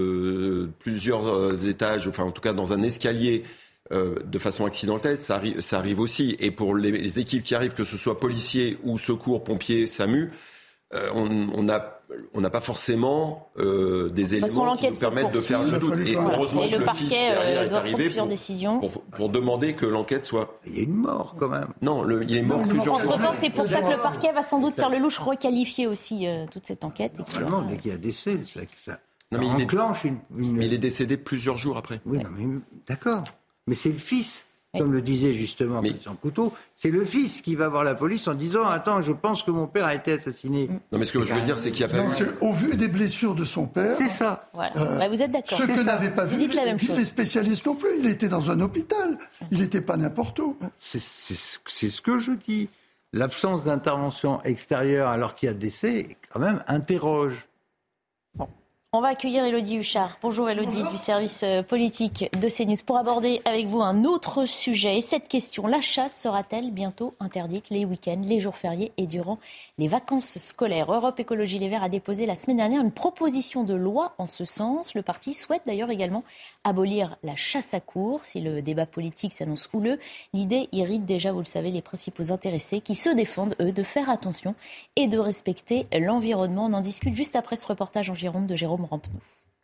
de plusieurs étages, enfin en tout cas dans un escalier, euh, de façon accidentelle, ça arrive, ça arrive aussi. Et pour les, les équipes qui arrivent, que ce soit policiers ou secours, pompiers, SAMU, euh, on, on a... on n'a pas forcément euh, des de éléments façon, qui nous permettent de faire le doute. Et heureusement et que le, le parquet fils derrière euh, est arrivé pour, pour, pour demander que l'enquête soit... Il y a une mort quand même. Non, le, il est mort non, plusieurs jours. Entre-temps, c'est pour ça que le parquet va sans doute, Pierre Lelouch, requalifier aussi euh, toute cette enquête. Et Normalement, aura... dès qu'il y a décès, ça, ça non, mais enclenche il est, une, une... Mais il est décédé plusieurs jours après. Oui, ouais. non, mais d'accord. Mais c'est le fils. Comme le disait justement Christian Couteau, c'est le fils qui va voir la police en disant « Attends, je pense que mon père a été assassiné. » Non, mais ce que je veux dire, c'est qu'il y a pas... Non, au vu des blessures de son père... C'est ça. Voilà. Euh, bah, vous êtes d'accord. Ce que n'avaient pas vous vu dites la même les, chose. les spécialistes non plus. Il était dans un hôpital. Il n'était pas n'importe où. C'est, c'est, c'est ce que je dis. L'absence d'intervention extérieure alors qu'il y a décès, quand même, interroge. Bon. On va accueillir Élodie Huchard. Bonjour Élodie, Bonjour. Du service politique de CNews, pour aborder avec vous un autre sujet. Et cette question, la chasse sera-t-elle bientôt interdite les week-ends, les jours fériés et durant les vacances scolaires ? Europe Écologie Les Verts a déposé la semaine dernière une proposition de loi en ce sens. Le parti souhaite d'ailleurs également abolir la chasse à courre. Si le débat politique s'annonce houleux, l'idée irrite déjà, vous le savez, les principaux intéressés qui se défendent, eux, de faire attention et de respecter l'environnement. On en discute juste après ce reportage en Gironde de Jérôme Rampenou.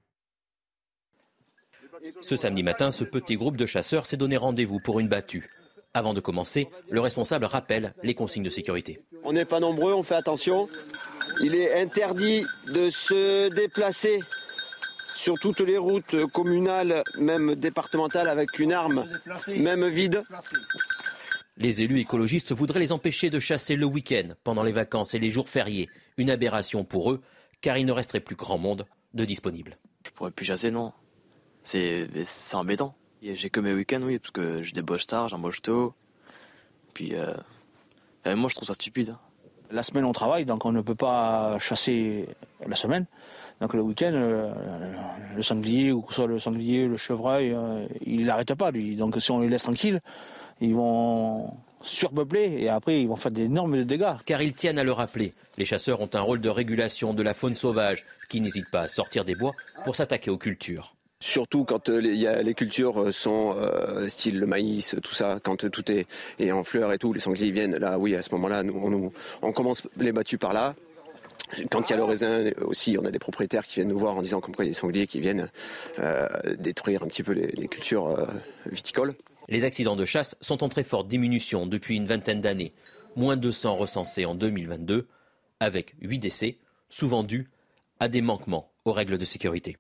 Ce samedi matin, ce petit groupe de chasseurs s'est donné rendez-vous pour une battue. Avant de commencer, le responsable rappelle les consignes de sécurité. On n'est pas nombreux, on fait attention. Il est interdit de se déplacer sur toutes les routes communales, même départementales, avec une arme, même vide. Les élus écologistes voudraient les empêcher de chasser le week-end, pendant les vacances et les jours fériés. Une aberration pour eux, car il ne resterait plus grand monde de disponible. Je pourrais plus chasser, non. C'est, c'est embêtant. J'ai que mes week-ends, oui, parce que je débauche tard, j'embauche tôt. Puis, euh, moi, je trouve ça stupide. La semaine, on travaille, donc on ne peut pas chasser la semaine. Donc le week-end, le, le sanglier, ou que ce soit le sanglier, le chevreuil, euh, il n'arrête pas, lui. Donc si on les laisse tranquilles, ils vont surpeupler et après, ils vont faire d'énormes dégâts. Car ils tiennent à le rappeler, les chasseurs ont un rôle de régulation de la faune sauvage qui n'hésite pas à sortir des bois pour s'attaquer aux cultures. Surtout quand euh, les, y a, les cultures sont euh, style le maïs, tout ça, quand tout est, est en fleurs et tout, les sangliers viennent, là oui, à ce moment-là, nous, on, on commence les battues par là. Quand il y a le raisin aussi, on a des propriétaires qui viennent nous voir en disant comme quoi il y a des sangliers qui viennent euh, détruire un petit peu les, les cultures euh, viticoles. Les accidents de chasse sont en très forte diminution depuis une vingtaine d'années. Moins de deux cents recensés en deux mille vingt-deux, avec huit décès, souvent dus à des manquements aux règles de sécurité.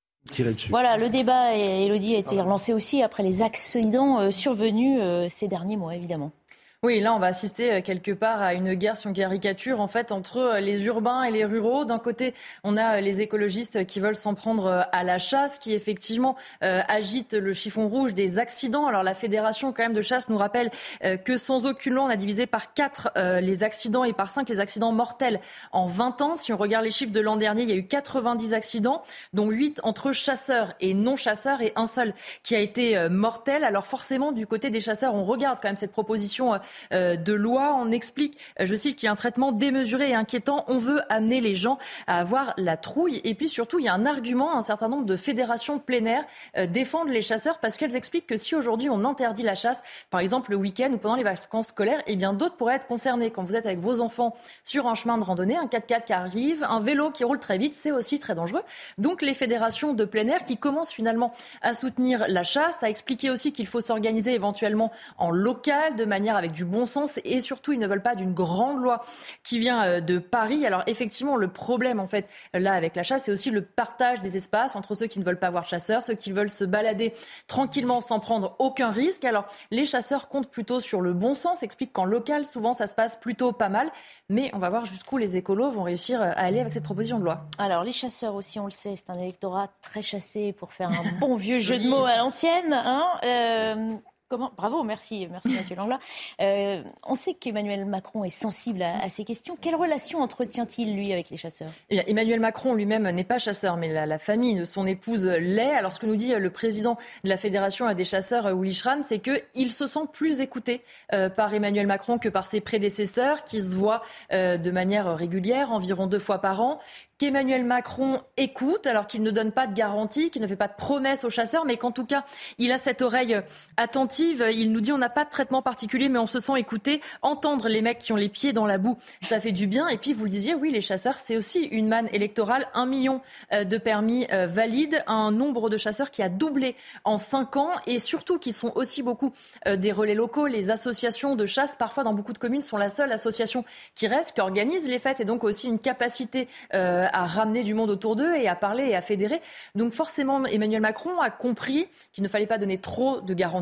Voilà, le débat, Élodie, a été relancé aussi après les accidents survenus ces derniers mois, évidemment. Oui, là, on va assister quelque part à une guerre, si on caricature, en fait, entre les urbains et les ruraux. D'un côté, on a les écologistes qui veulent s'en prendre à la chasse, qui effectivement euh, agitent le chiffon rouge des accidents. Alors, la fédération quand même de chasse nous rappelle euh, que sans aucune loi, on a divisé par quatre euh, les accidents et par cinq les accidents mortels en vingt ans. Si on regarde les chiffres de l'an dernier, il y a eu quatre-vingt-dix accidents, dont huit entre chasseurs et non-chasseurs et un seul qui a été euh, mortel. Alors forcément, du côté des chasseurs, on regarde quand même cette proposition euh, de loi. On explique, je cite, qu'il y a un traitement démesuré et inquiétant. On veut amener les gens à avoir la trouille. Et puis surtout, il y a un argument, un certain nombre de fédérations plein air euh, défendent les chasseurs parce qu'elles expliquent que si aujourd'hui on interdit la chasse, par exemple le week-end ou pendant les vacances scolaires, eh bien d'autres pourraient être concernés. Quand vous êtes avec vos enfants sur un chemin de randonnée, un quatre-quatre qui arrive, un vélo qui roule très vite, c'est aussi très dangereux. Donc les fédérations de plein air qui commencent finalement à soutenir la chasse, à expliquer aussi qu'il faut s'organiser éventuellement en local, de manière avec du bon sens, et surtout ils ne veulent pas d'une grande loi qui vient de Paris. Alors effectivement, le problème en fait là avec la chasse, c'est aussi le partage des espaces entre ceux qui ne veulent pas voir chasseurs, ceux qui veulent se balader tranquillement sans prendre aucun risque. Alors les chasseurs comptent plutôt sur le bon sens, expliquent qu'en local souvent ça se passe plutôt pas mal, mais on va voir jusqu'où les écolos vont réussir à aller avec cette proposition de loi. Alors les chasseurs aussi, on le sait, c'est un électorat très chassé, pour faire un bon vieux jeu de mots à l'ancienne, hein. euh... Comment ? Bravo, merci, merci Mathieu Langlois. Euh, on sait qu'Emmanuel Macron est sensible à, à ces questions. Quelle relation entretient-il, lui, avec les chasseurs ? Eh bien, Emmanuel Macron lui-même n'est pas chasseur, mais la, la famille de son épouse l'est. Alors, ce que nous dit le président de la Fédération des chasseurs, Willy Schran, c'est qu'il se sent plus écouté euh, par Emmanuel Macron que par ses prédécesseurs, qui se voient euh, de manière régulière, environ deux fois par an, qu'Emmanuel Macron écoute, alors qu'il ne donne pas de garantie, qu'il ne fait pas de promesses aux chasseurs, mais qu'en tout cas, il a cette oreille attentive. Il nous dit on n'a pas de traitement particulier, mais on se sent écouté. Entendre les mecs qui ont les pieds dans la boue, ça fait du bien. Et puis, vous le disiez, oui, les chasseurs, c'est aussi une manne électorale. Un million de permis valides, un nombre de chasseurs qui a doublé en cinq ans, et surtout qui sont aussi beaucoup des relais locaux. Les associations de chasse, parfois dans beaucoup de communes, sont la seule association qui reste, qui organise les fêtes, et donc aussi une capacité euh, à ramener du monde autour d'eux et à parler et à fédérer. Donc forcément, Emmanuel Macron a compris qu'il ne fallait pas donner trop de garanties, mais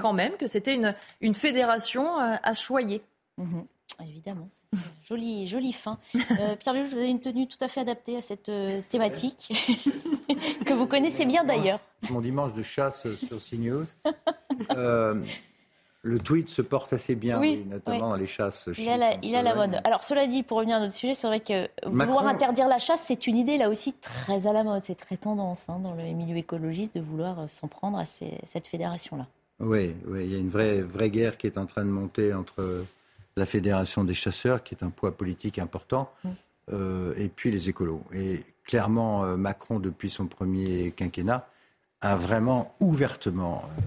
quand même que c'était une, une fédération euh, à choyer. Mmh, évidemment. Jolie, jolie fin. Euh, Pierre Lelouch, vous avez une tenue tout à fait adaptée à cette euh, thématique, que vous connaissez bien d'ailleurs. Mon dimanche de chasse sur CNews. Euh, le tweet se porte assez bien, oui, oui, notamment oui. dans les chasses. Il a la, il a la mode. Alors, cela dit, pour revenir à notre sujet, c'est vrai que vouloir Macron... interdire la chasse, c'est une idée là aussi très à la mode. C'est très tendance hein, dans le milieu écologiste de vouloir s'en prendre à ces, cette fédération-là. Oui, oui, il y a une vraie, vraie guerre qui est en train de monter entre la Fédération des chasseurs, qui est un poids politique important, mmh. euh, et puis les écolos. Et clairement, euh, Macron, depuis son premier quinquennat, a vraiment ouvertement euh,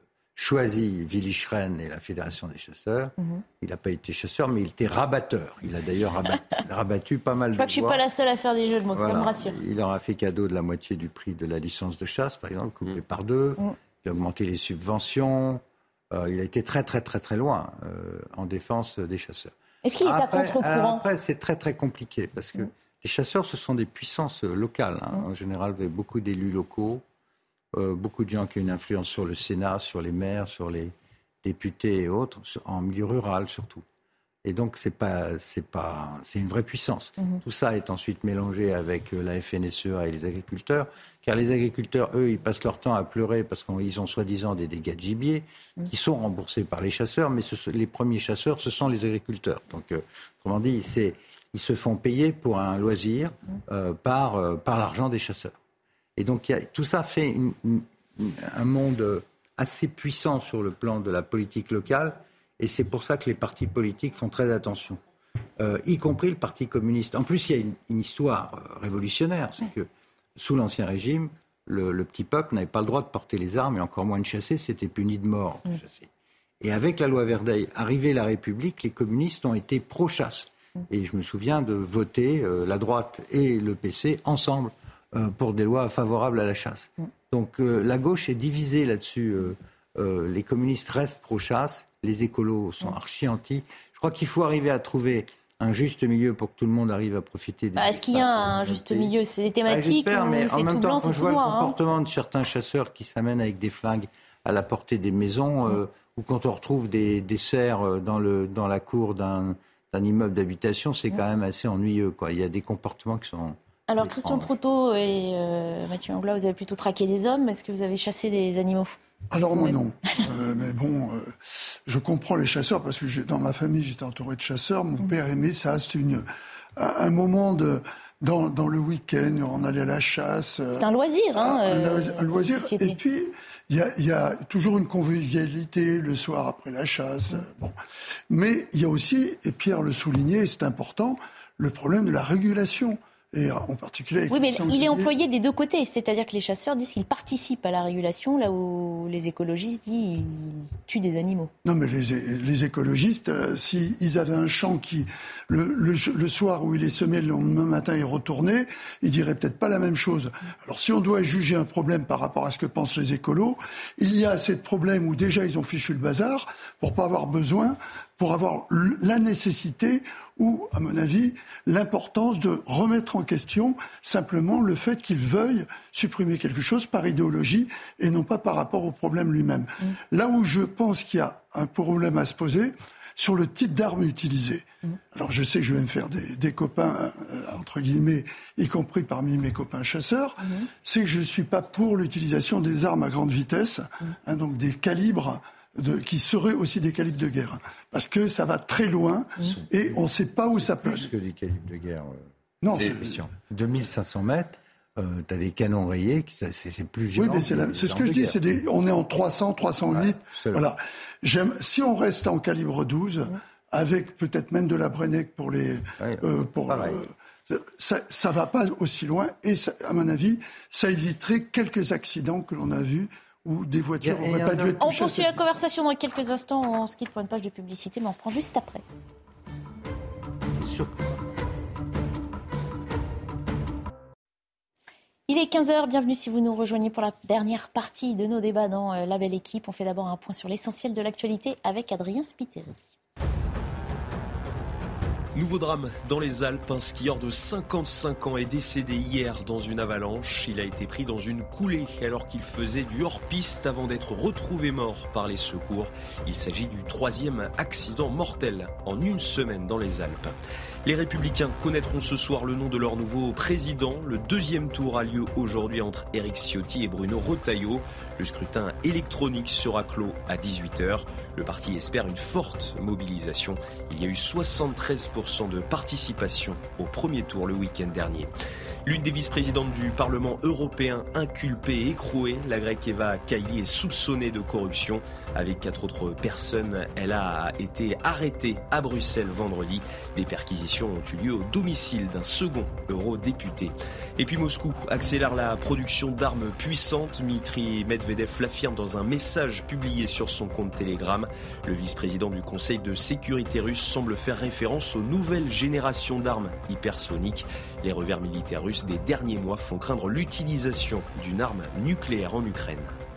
choisi Willy Schren et la Fédération des chasseurs. Mmh. Il n'a pas été chasseur, mais il était rabatteur. Il a d'ailleurs rabattu, rabattu pas mal de Je crois que je ne suis pas la seule à faire des jeux de mots, voilà. Ça me rassure. Il leur a fait cadeau de la moitié du prix de la licence de chasse, par exemple, coupé mmh. par deux. Mmh. Il a augmenté les subventions. Euh, il a été très, très, très, très loin euh, en défense des chasseurs. Est-ce qu'il est après, à contre-courant ? Après, c'est très, très compliqué parce que mmh. les chasseurs, ce sont des puissances locales. Hein. Mmh. En général, avec beaucoup d'élus locaux, euh, beaucoup de gens qui ont une influence sur le Sénat, sur les maires, sur les députés et autres, en milieu rural surtout. Et donc, c'est pas, c'est pas, c'est une vraie puissance. Mmh. Tout ça est ensuite mélangé avec la F N S E A et les agriculteurs, car les agriculteurs, eux, ils passent leur temps à pleurer parce qu'ils ont soi-disant des dégâts de gibier mmh. qui sont remboursés par les chasseurs, mais ce, les premiers chasseurs, ce sont les agriculteurs. Donc, euh, autrement dit, c'est, ils se font payer pour un loisir euh, par, euh, par l'argent des chasseurs. Et donc, y a, tout ça fait une, une, un monde assez puissant sur le plan de la politique locale. Et c'est pour ça que les partis politiques font très attention, euh, y compris le Parti communiste. En plus, il y a une, une histoire euh, révolutionnaire, c'est que sous l'Ancien Régime, le, le petit peuple n'avait pas le droit de porter les armes et encore moins de chasser, c'était puni de mort de chasser. Et avec la loi Verdeil, arrivée la République, les communistes ont été pro-chasse. Et je me souviens de voter euh, la droite et le P C ensemble euh, pour des lois favorables à la chasse. Donc euh, la gauche est divisée là-dessus. Euh, euh, les communistes restent pro-chasse. Les écolos sont archi-anti. Je crois qu'il faut arriver à trouver un juste milieu pour que tout le monde arrive à profiter des... Bah, est-ce qu'il y a un juste milieu ? C'est des thématiques bah, mais où en c'est même tout temps, blanc, quand c'est je tout vois noir. le comportement hein. de certains chasseurs qui s'amènent avec des flingues à la portée des maisons, mm. euh, ou quand on retrouve des, des cerfs dans, le, dans la cour d'un, d'un immeuble d'habitation, c'est mm. quand même assez ennuyeux, quoi. Il y a des comportements qui sont... Alors, Christian Proutot et euh, Mathieu Angla, vous avez plutôt traqué des hommes. Est-ce que vous avez chassé des animaux ? Alors moi non, euh, mais bon, euh, je comprends les chasseurs parce que j'ai, dans ma famille j'étais entouré de chasseurs. Mon mmh. père aimait ça, c'était une un, un moment de dans dans le week-end, on allait à la chasse. C'est un loisir, hein. Un, euh, un loisir. Société. Et puis il y a il y a toujours une convivialité le soir après la chasse. Mmh. Bon, mais il y a aussi, et Pierre le soulignait, c'est important, le problème de la régulation. Et en particulier avec oui, mais il est employé des deux côtés. C'est-à-dire que les chasseurs disent qu'ils participent à la régulation, là où les écologistes disent qu'ils tuent des animaux. Non, mais les, les écologistes, euh, s'ils avaient un champ qui, le, le, le soir où il est semé, le lendemain matin il retournait, ils diraient peut-être pas la même chose. Alors si on doit juger un problème par rapport à ce que pensent les écolos, il y a assez de problèmes où déjà ils ont fichu le bazar pour pas avoir besoin, pour avoir la nécessité ou, à mon avis, l'importance de remettre en question simplement le fait qu'ils veuillent supprimer quelque chose par idéologie et non pas par rapport au problème lui-même. Mmh. Là où je pense qu'il y a un problème à se poser, sur le type d'armes utilisées. Mmh. Alors je sais que je vais me faire des, des copains, euh, entre guillemets, y compris parmi mes copains chasseurs, mmh. c'est que je ne suis pas pour l'utilisation des armes à grande vitesse, mmh. hein, donc des calibres De, qui seraient aussi des calibres de guerre. Parce que ça va très loin mmh. et on ne sait pas où ça peut. Plus que des calibres de guerre. Euh, non, c'est deux mille cinq cents mètres, euh, tu as des canons rayés, c'est, c'est plus violent. Oui, mais c'est, la, c'est ce que je dis, c'est des, on est en trois cents, trois cent huit. Ouais, voilà. J'aime, si on reste en calibre douze, mmh. avec peut-être même de la Brenneck pour les... Ouais, euh, pour, euh, ça ne va pas aussi loin et ça, à mon avis, ça éviterait quelques accidents que l'on a vus où des voitures n'auraient pas dû être touchées. On poursuit la conversation dans quelques instants. On se quitte pour une page de publicité, mais on reprend juste après. C'est sûr que... Il est quinze heures, bienvenue si vous nous rejoignez pour la dernière partie de nos débats dans La Belle Équipe. On fait d'abord un point sur l'essentiel de l'actualité avec Adrien Spiteri. Nouveau drame dans les Alpes. Un skieur de cinquante-cinq ans est décédé hier dans une avalanche. Il a été pris dans une coulée alors qu'il faisait du hors-piste avant d'être retrouvé mort par les secours. Il s'agit du troisième accident mortel en une semaine dans les Alpes. Les Républicains connaîtront ce soir le nom de leur nouveau président. Le deuxième tour a lieu aujourd'hui entre Éric Ciotti et Bruno Retailleau. Le scrutin électronique sera clos à dix-huit heures. Le parti espère une forte mobilisation. Il y a eu soixante-treize pour cent de participation au premier tour le week-end dernier. L'une des vice-présidentes du Parlement européen inculpée et écrouée, la Grecque Eva Kaili, est soupçonnée de corruption. Avec quatre autres personnes, elle a été arrêtée à Bruxelles vendredi. Des perquisitions ont eu lieu au domicile d'un second eurodéputé. Et puis Moscou accélère la production d'armes puissantes. Dmitri Medvedev l'affirme dans un message publié sur son compte Telegram. Le vice-président du Conseil de sécurité russe semble faire référence aux nouvelles générations d'armes hypersoniques. Les revers militaires russes des derniers mois font craindre l'utilisation d'une arme nucléaire en Ukraine.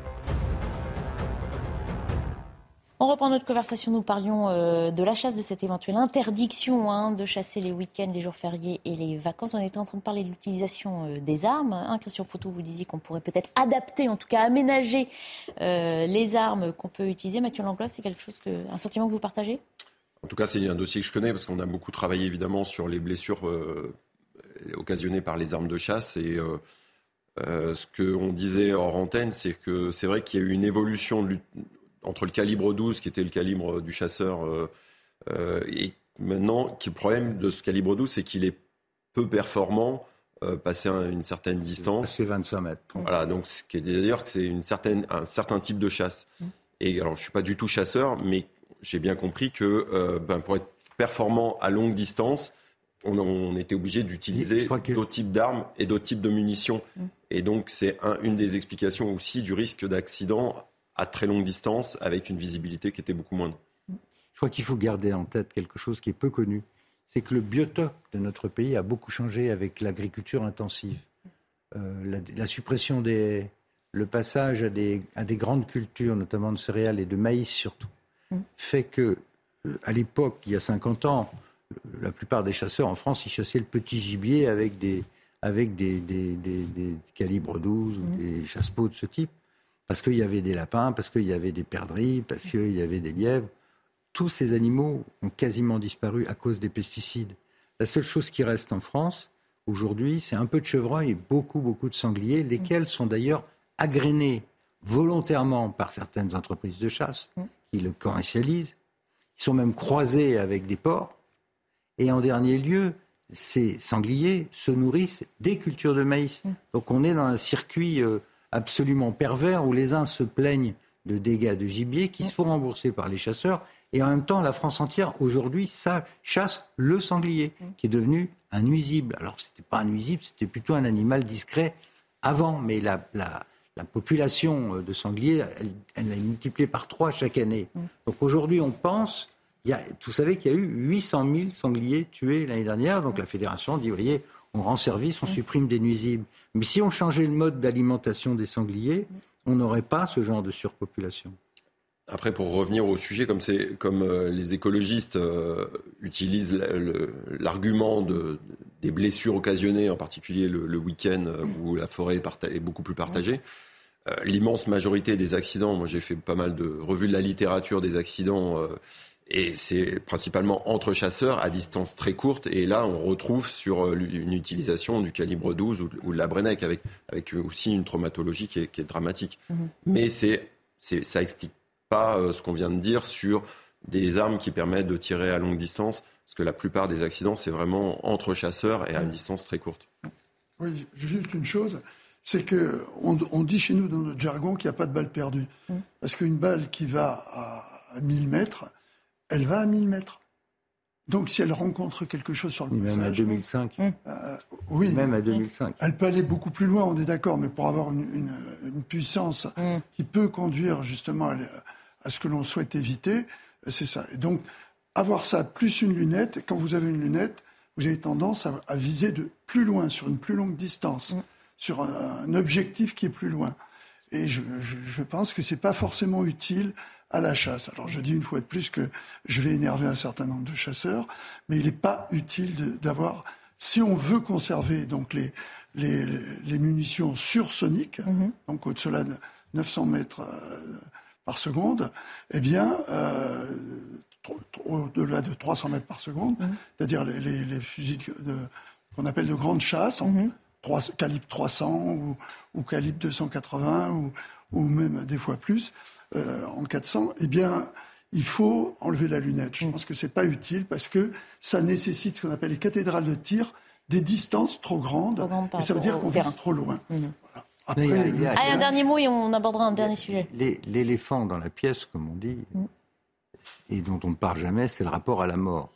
On reprend notre conversation, nous parlions euh, de la chasse, de cette éventuelle interdiction hein, de chasser les week-ends, les jours fériés et les vacances. On était en train de parler de l'utilisation euh, des armes. Hein. Christian Proto, vous disiez qu'on pourrait peut-être adapter, en tout cas aménager euh, les armes qu'on peut utiliser. Mathieu Langlois, c'est quelque chose que, un sentiment que vous partagez ? En tout cas, c'est un dossier que je connais parce qu'on a beaucoup travaillé évidemment sur les blessures euh, occasionnées par les armes de chasse. Et euh, euh, ce qu'on disait hors antenne, c'est que c'est vrai qu'il y a eu une évolution de entre le calibre douze, qui était le calibre du chasseur, euh, euh, et maintenant, le problème de ce calibre douze, c'est qu'il est peu performant, euh, passé à une certaine distance. C'est vingt-cinq mètres. Voilà, donc ce qui est d'ailleurs que c'est une certaine, un certain type de chasse. Mmh. Et alors, je suis pas du tout chasseur, mais j'ai bien compris que euh, ben, pour être performant à longue distance, on, on était obligé d'utiliser que... d'autres types d'armes et d'autres types de munitions. Mmh. Et donc, c'est un, une des explications aussi du risque d'accident à très longue distance, avec une visibilité qui était beaucoup moindre. Je crois qu'il faut garder en tête quelque chose qui est peu connu. C'est que le biotope de notre pays a beaucoup changé avec l'agriculture intensive. Euh, la, la suppression des... le passage à des, à des grandes cultures, notamment de céréales et de maïs surtout, mmh. fait que, à l'époque, il y a cinquante ans, la plupart des chasseurs en France, ils chassaient le petit gibier avec des, avec des, des, des, des calibres douze mmh. ou des chasse-peaux de ce type. Parce qu'il y avait des lapins, parce qu'il y avait des perdrix, parce qu'il y avait des lièvres. Tous ces animaux ont quasiment disparu à cause des pesticides. La seule chose qui reste en France, aujourd'hui, c'est un peu de chevreuil et beaucoup, beaucoup de sangliers, lesquels sont d'ailleurs agrénés volontairement par certaines entreprises de chasse, qui le commercialisent. Ils sont même croisés avec des porcs. Et en dernier lieu, ces sangliers se nourrissent des cultures de maïs. Donc on est dans un circuit... Euh, absolument pervers où les uns se plaignent de dégâts de gibier qui se font rembourser par les chasseurs et en même temps la France entière aujourd'hui ça chasse le sanglier qui est devenu un nuisible. Alors c'était pas un nuisible, c'était plutôt un animal discret avant, mais la, la, la population de sangliers elle, elle est multipliée par trois chaque année. Donc aujourd'hui on pense, il y a, vous savez qu'il y a eu huit cent mille sangliers tués l'année dernière, donc la fédération dit vous voyez on rend service, on supprime des nuisibles. Mais si on changeait le mode d'alimentation des sangliers, on n'aurait pas ce genre de surpopulation. Après, pour revenir au sujet, comme, c'est, comme euh, les écologistes euh, utilisent le, le, l'argument de, des blessures occasionnées, en particulier le, le week-end euh, où la forêt est, parta- est beaucoup plus partagée, euh, l'immense majorité des accidents, moi j'ai fait pas mal de revues de la littérature des accidents, euh, et c'est principalement entre chasseurs à distance très courte. Et là, on retrouve sur une utilisation du calibre douze ou, ou de la Brenneck, avec, avec aussi une traumatologie qui est, qui est dramatique. Mmh. Mais c'est, c'est, ça explique pas euh, ce qu'on vient de dire sur des armes qui permettent de tirer à longue distance, parce que la plupart des accidents, c'est vraiment entre chasseurs et à une distance très courte. Oui, juste une chose, c'est qu'on on dit chez nous, dans notre jargon, qu'il n'y a pas de balle perdue. Mmh. Parce qu'une balle qui va à mille mètres, elle va à mille mètres. Donc, si elle rencontre quelque chose sur le même passage... Même à deux mille cinq. Euh, oui. Même à deux mille cinq. Elle peut aller beaucoup plus loin, on est d'accord, mais pour avoir une, une, une puissance mm. qui peut conduire justement à, à ce que l'on souhaite éviter, c'est ça. Et donc, avoir ça plus une lunette, quand vous avez une lunette, vous avez tendance à, à viser de plus loin, sur une plus longue distance, mm. sur un, un objectif qui est plus loin. Et je, je, je pense que c'est pas forcément utile à la chasse. Alors je dis une fois de plus que je vais énerver un certain nombre de chasseurs, mais il n'est pas utile de, d'avoir, si on veut conserver donc les, les, les munitions sursoniques, mm-hmm. donc au-delà de neuf cents mètres euh, par seconde, eh bien, euh, trop, trop, au-delà de trois cents mètres par seconde, mm-hmm. c'est-à-dire les, les, les fusils de, de, qu'on appelle de grande chasse, mm-hmm. trois, calibre trois cents ou, ou calibre deux cent quatre-vingts ou, ou même des fois plus, euh, en quatre cents, eh bien, il faut enlever la lunette. Je pense que c'est pas utile parce que ça nécessite ce qu'on appelle les cathédrales de tir, des distances trop grandes, trop grande et ça veut dire qu'on vise trop loin. Mmh. Voilà. Après, il y a, il y a, ah, un dernier mot et on abordera un dernier sujet. Les, l'éléphant dans la pièce, comme on dit, mmh. et dont on ne parle jamais, c'est le rapport à la mort.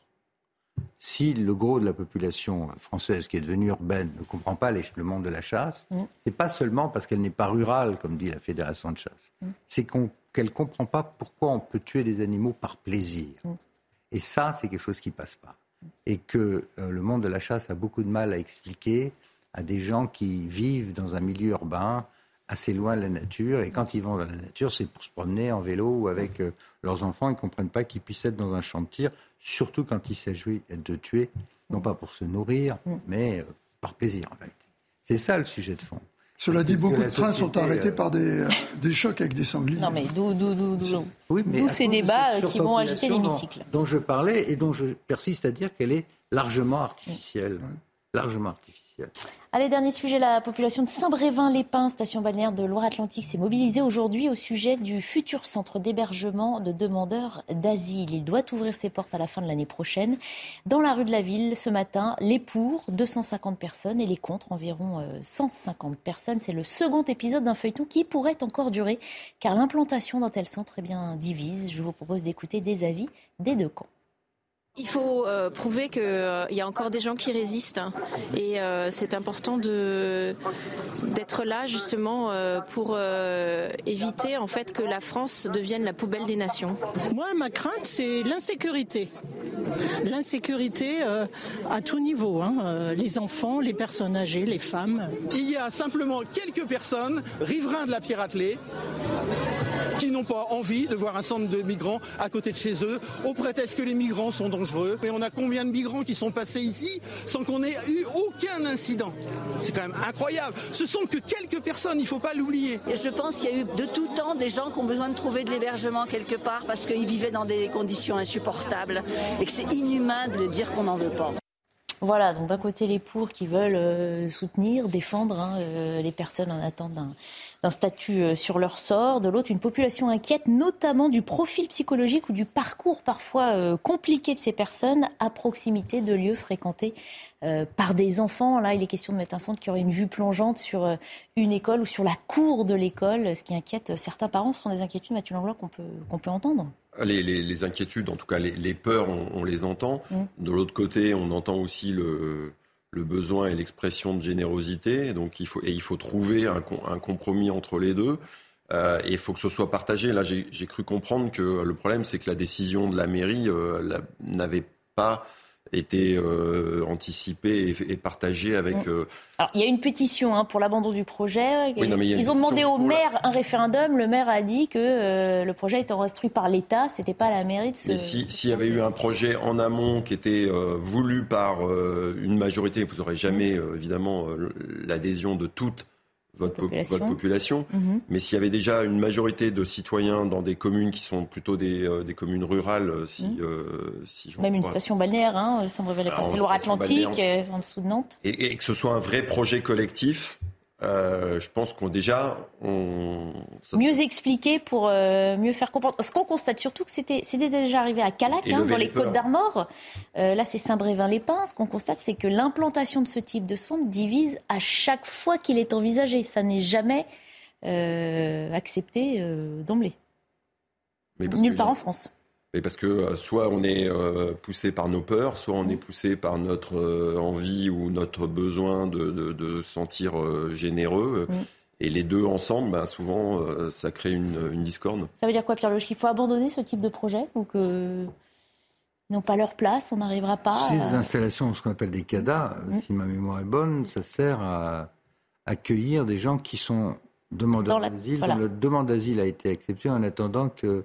Si le gros de la population française qui est devenue urbaine ne comprend pas les, le monde de la chasse, mmh. c'est pas seulement parce qu'elle n'est pas rurale, comme dit la Fédération de chasse, mmh. c'est qu'on, qu'elle ne comprend pas pourquoi on peut tuer des animaux par plaisir. Mmh. Et ça, c'est quelque chose qui passe pas. Et que euh, le monde de la chasse a beaucoup de mal à expliquer à des gens qui vivent dans un milieu urbain assez loin de la nature. Et quand ils vont dans la nature, c'est pour se promener en vélo ou avec euh, leurs enfants. Ils ne comprennent pas qu'ils puissent être dans un champ de tir, surtout quand il s'agit de tuer, non pas pour se nourrir, mais euh, par plaisir en réalité. C'est ça le sujet de fond. Cela dit, beaucoup de trains sont arrêtés euh... par des, euh, des chocs avec des sangliers. Non mais d'où, d'où, d'où, d'où, oui, d'où ces débats qui vont agiter l'hémicycle. Dont, dont je parlais et dont je persiste à dire qu'elle est largement artificielle. Oui. Largement artificielle. Allez, dernier sujet, la population de Saint-Brévin-les-Pins, station balnéaire de Loire-Atlantique, s'est mobilisée aujourd'hui au sujet du futur centre d'hébergement de demandeurs d'asile. Il doit ouvrir ses portes à la fin de l'année prochaine. Dans la rue de la Ville, ce matin, les pour, deux cent cinquante personnes, et les contre, environ cent cinquante personnes. C'est le second épisode d'un feuilleton qui pourrait encore durer, car l'implantation d'un tel centre eh bien, divise. Je vous propose d'écouter des avis des deux camps. Il faut euh, prouver qu'il euh, y a encore des gens qui résistent hein, et euh, c'est important de, d'être là justement euh, pour euh, éviter en fait que la France devienne la poubelle des nations. Moi, ma crainte, c'est l'insécurité. L'insécurité euh, à tout niveau, hein, euh, les enfants, les personnes âgées, les femmes. Il y a simplement quelques personnes, riverains de la Pierre-Attelée, qui n'ont pas envie de voir un centre de migrants à côté de chez eux, au prétexte que les migrants sont dangereux. Mais on a combien de migrants qui sont passés ici sans qu'on ait eu aucun incident ? C'est quand même incroyable. Ce sont que quelques personnes, il ne faut pas l'oublier. Et je pense qu'il y a eu de tout temps des gens qui ont besoin de trouver de l'hébergement quelque part parce qu'ils vivaient dans des conditions insupportables et que c'est inhumain de dire qu'on n'en veut pas. Voilà, donc d'un côté les pour qui veulent euh, soutenir, défendre hein, euh, les personnes en attente d'un, d'un statut euh, sur leur sort. De l'autre, une population inquiète, notamment du profil psychologique ou du parcours parfois euh, compliqué de ces personnes à proximité de lieux fréquentés euh, par des enfants. Là, il est question de mettre un centre qui aurait une vue plongeante sur euh, une école ou sur la cour de l'école, ce qui inquiète certains parents. Ce sont des inquiétudes, Mathieu Langlois, qu'on peut, qu'on peut entendre. Les, les, les inquiétudes, en tout cas les, les peurs, on, on les entend. Mmh. De l'autre côté, on entend aussi le, le besoin et l'expression de générosité. Donc il faut, et il faut trouver un, un compromis entre les deux. Euh, et il faut que ce soit partagé. Là, j'ai, j'ai cru comprendre que le problème, c'est que la décision de la mairie euh, la, n'avait pas été euh, anticipée et, et partagée avec... Mmh. Euh, Alors, il y a une pétition hein, pour l'abandon du projet. Oui, non, Ils ont demandé au maire la... un référendum. Le maire a dit que euh, le projet était instruit par l'État. C'était pas à la mairie de se... Mais si, s'il y avait eu un projet en amont qui était euh, voulu par euh, une majorité, vous n'aurez jamais, euh, évidemment, euh, l'adhésion de toute votre population. Votre population. Mm-hmm. Mais s'il y avait déjà une majorité de citoyens dans des communes qui sont plutôt des, euh, des communes rurales, si, mm. euh, si j'en Même une crois. station balnéaire, hein, Saint-Brévin-les-Pins, c'est Loire-Atlantique, euh, en dessous de Nantes. Et, et que ce soit un vrai projet collectif, euh, je pense qu'on déjà... On, ça mieux se... expliquer pour euh, mieux faire comprendre. Ce qu'on constate surtout que c'était, c'était déjà arrivé à Calac, hein, dans les Côtes d'Armor. Euh, là, c'est Saint-Brévin-les-Pins. Ce qu'on constate, c'est que l'implantation de ce type de centre divise à chaque fois qu'il est envisagé. Ça n'est jamais euh, accepté euh, d'emblée. Mais Nulle part en France. Mais parce que euh, soit on est euh, poussé par nos peurs, soit on est poussé par notre euh, envie ou notre besoin de, de, de sentir euh, généreux. Mm. Et les deux ensemble, ben, souvent, euh, ça crée une, une discorde. Ça veut dire quoi, Pierre Lelouch, qu'il faut abandonner ce type de projet ou qu'ils n'ont pas leur place, on n'arrivera pas à... Ces installations, ce qu'on appelle des C A D A, mm. si ma mémoire est bonne, ça sert à accueillir des gens qui sont demandeurs la... d'asile, voilà. dont la demande d'asile a été acceptée en attendant que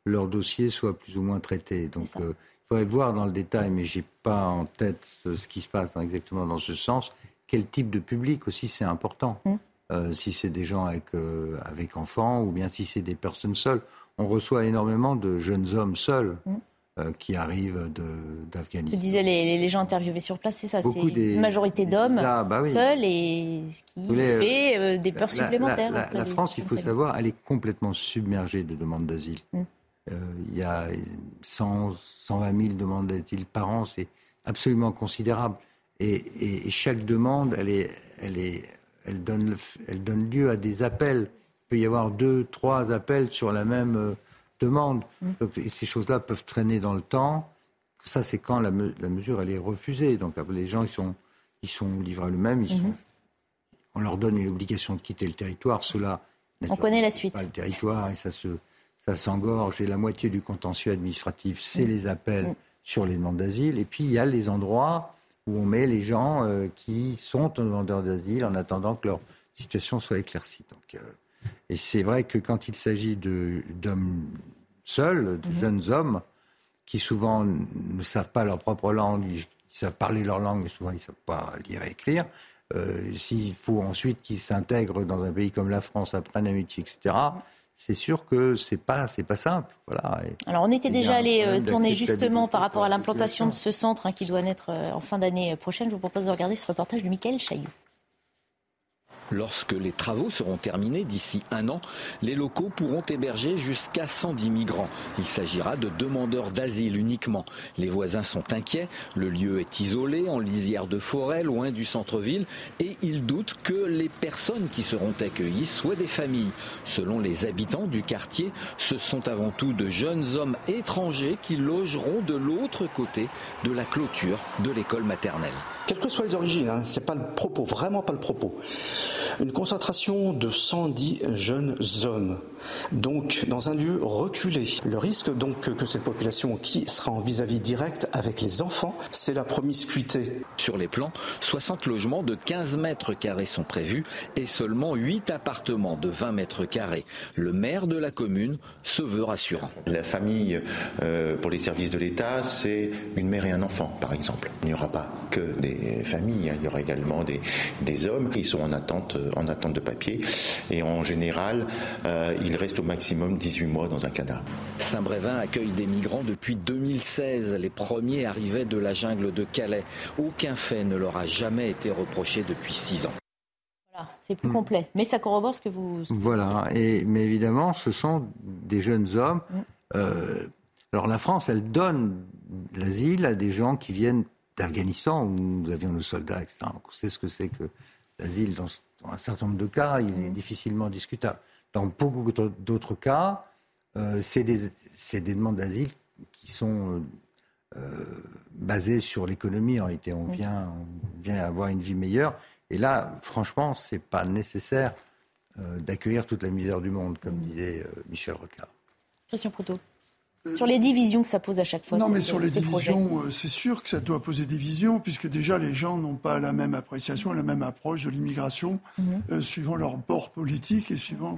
leur dossier soit plus ou moins traité. Donc euh, il faudrait voir dans le détail, mais je n'ai pas en tête ce qui se passe dans, exactement dans ce sens. Quel type de public aussi, c'est important. Mmh. Euh, si c'est des gens avec, euh, avec enfants ou bien si c'est des personnes seules. On reçoit énormément de jeunes hommes seuls mmh. euh, qui arrivent de, d'Afghanistan. Tu disais les, les gens interviewés sur place, c'est ça. Beaucoup c'est des, une majorité d'hommes ah, bah oui. seuls et ce qui voulez, fait euh, des peurs la, supplémentaires. La, la, la France, il faut savoir, elle est complètement submergée de demandes d'asile. Mmh. Euh, il y a cent, cent vingt mille demandes d'asile par an, c'est absolument considérable. Et, et, et chaque demande, elle est... Elle est Elle donne, elle donne lieu à des appels. Il peut y avoir deux, trois appels sur la même euh, demande. Mmh. Donc, et ces choses-là peuvent traîner dans le temps. Ça, c'est quand la, me, la mesure elle est refusée. Donc après, les gens ils sont, ils sont livrés à eux-mêmes. Ils mmh. sont, on leur donne une obligation de quitter le territoire. Ceux-là, on connaît la suite. Pas le territoire et ça, se, ça s'engorge. Et la moitié du contentieux administratif, c'est mmh. les appels mmh. sur les demandes d'asile. Et puis, il y a les endroits où on met les gens euh, qui sont demandeurs d'asile en attendant que leur situation soit éclaircie. Donc, euh, et c'est vrai que quand il s'agit de, d'hommes seuls, de mmh. jeunes hommes, qui souvent ne savent pas leur propre langue, ils savent parler leur langue, mais souvent ils ne savent pas lire et écrire, euh, s'il faut ensuite qu'ils s'intègrent dans un pays comme la France, apprennent un métier, et cetera, c'est sûr que c'est pas c'est pas simple, voilà. Et, alors on était déjà allé euh, tourner justement par rapport à l'implantation de ce centre hein, qui doit naître euh, en fin d'année prochaine. Je vous propose de regarder ce reportage de Michael Chailloux. Lorsque les travaux seront terminés d'ici un an, les locaux pourront héberger jusqu'à cent dix migrants. Il s'agira de demandeurs d'asile uniquement. Les voisins sont inquiets. Le lieu est isolé, en lisière de forêt, loin du centre-ville. Et ils doutent que les personnes qui seront accueillies soient des familles. Selon les habitants du quartier, ce sont avant tout de jeunes hommes étrangers qui logeront de l'autre côté de la clôture de l'école maternelle. Quelles que soient les origines, hein, c'est pas le propos, vraiment pas le propos. Une concentration de cent dix jeunes hommes, donc dans un lieu reculé. Le risque donc que, que cette population qui sera en vis-à-vis direct avec les enfants, c'est la promiscuité. Sur les plans, soixante logements de quinze mètres carrés sont prévus et seulement huit appartements de vingt mètres carrés. Le maire de la commune se veut rassurant. La famille, euh, pour les services de l'État, c'est une mère et un enfant, par exemple. Il n'y aura pas que des familles, hein. Il y aura également des, des hommes. Ils sont en attente, en attente de papier et en général, euh, ils restent au maximum dix-huit mois dans un cadavre. Saint-Brévin accueille des migrants depuis deux mille seize. Les premiers arrivaient de la jungle de Calais. Aucun fait ne leur a jamais été reproché depuis six ans. Voilà, c'est plus mmh. complet, mais ça corrobore ce que vous... Ce que voilà, vous et, mais évidemment, ce sont des jeunes hommes. Mmh. Euh, alors la France, elle donne l'asile à des gens qui viennent d'Afghanistan, où nous avions nos soldats, et cetera. On sait ce que c'est que l'asile. Dans, dans un certain nombre de cas, il est difficilement discutable. Dans beaucoup d'autres cas, euh, c'est, des, c'est des demandes d'asile qui sont euh, basées sur l'économie. En réalité, on vient, on vient avoir une vie meilleure. Et là, franchement, c'est pas nécessaire euh, d'accueillir toute la misère du monde, comme disait euh, Michel Rocard. Christian Proutot. Sur les divisions que ça pose à chaque fois. Non, mais ces, sur les divisions, projets. c'est sûr que ça doit poser des divisions, puisque déjà les gens n'ont pas la même appréciation, la même approche de l'immigration, mm-hmm. euh, suivant leur bord politique et suivant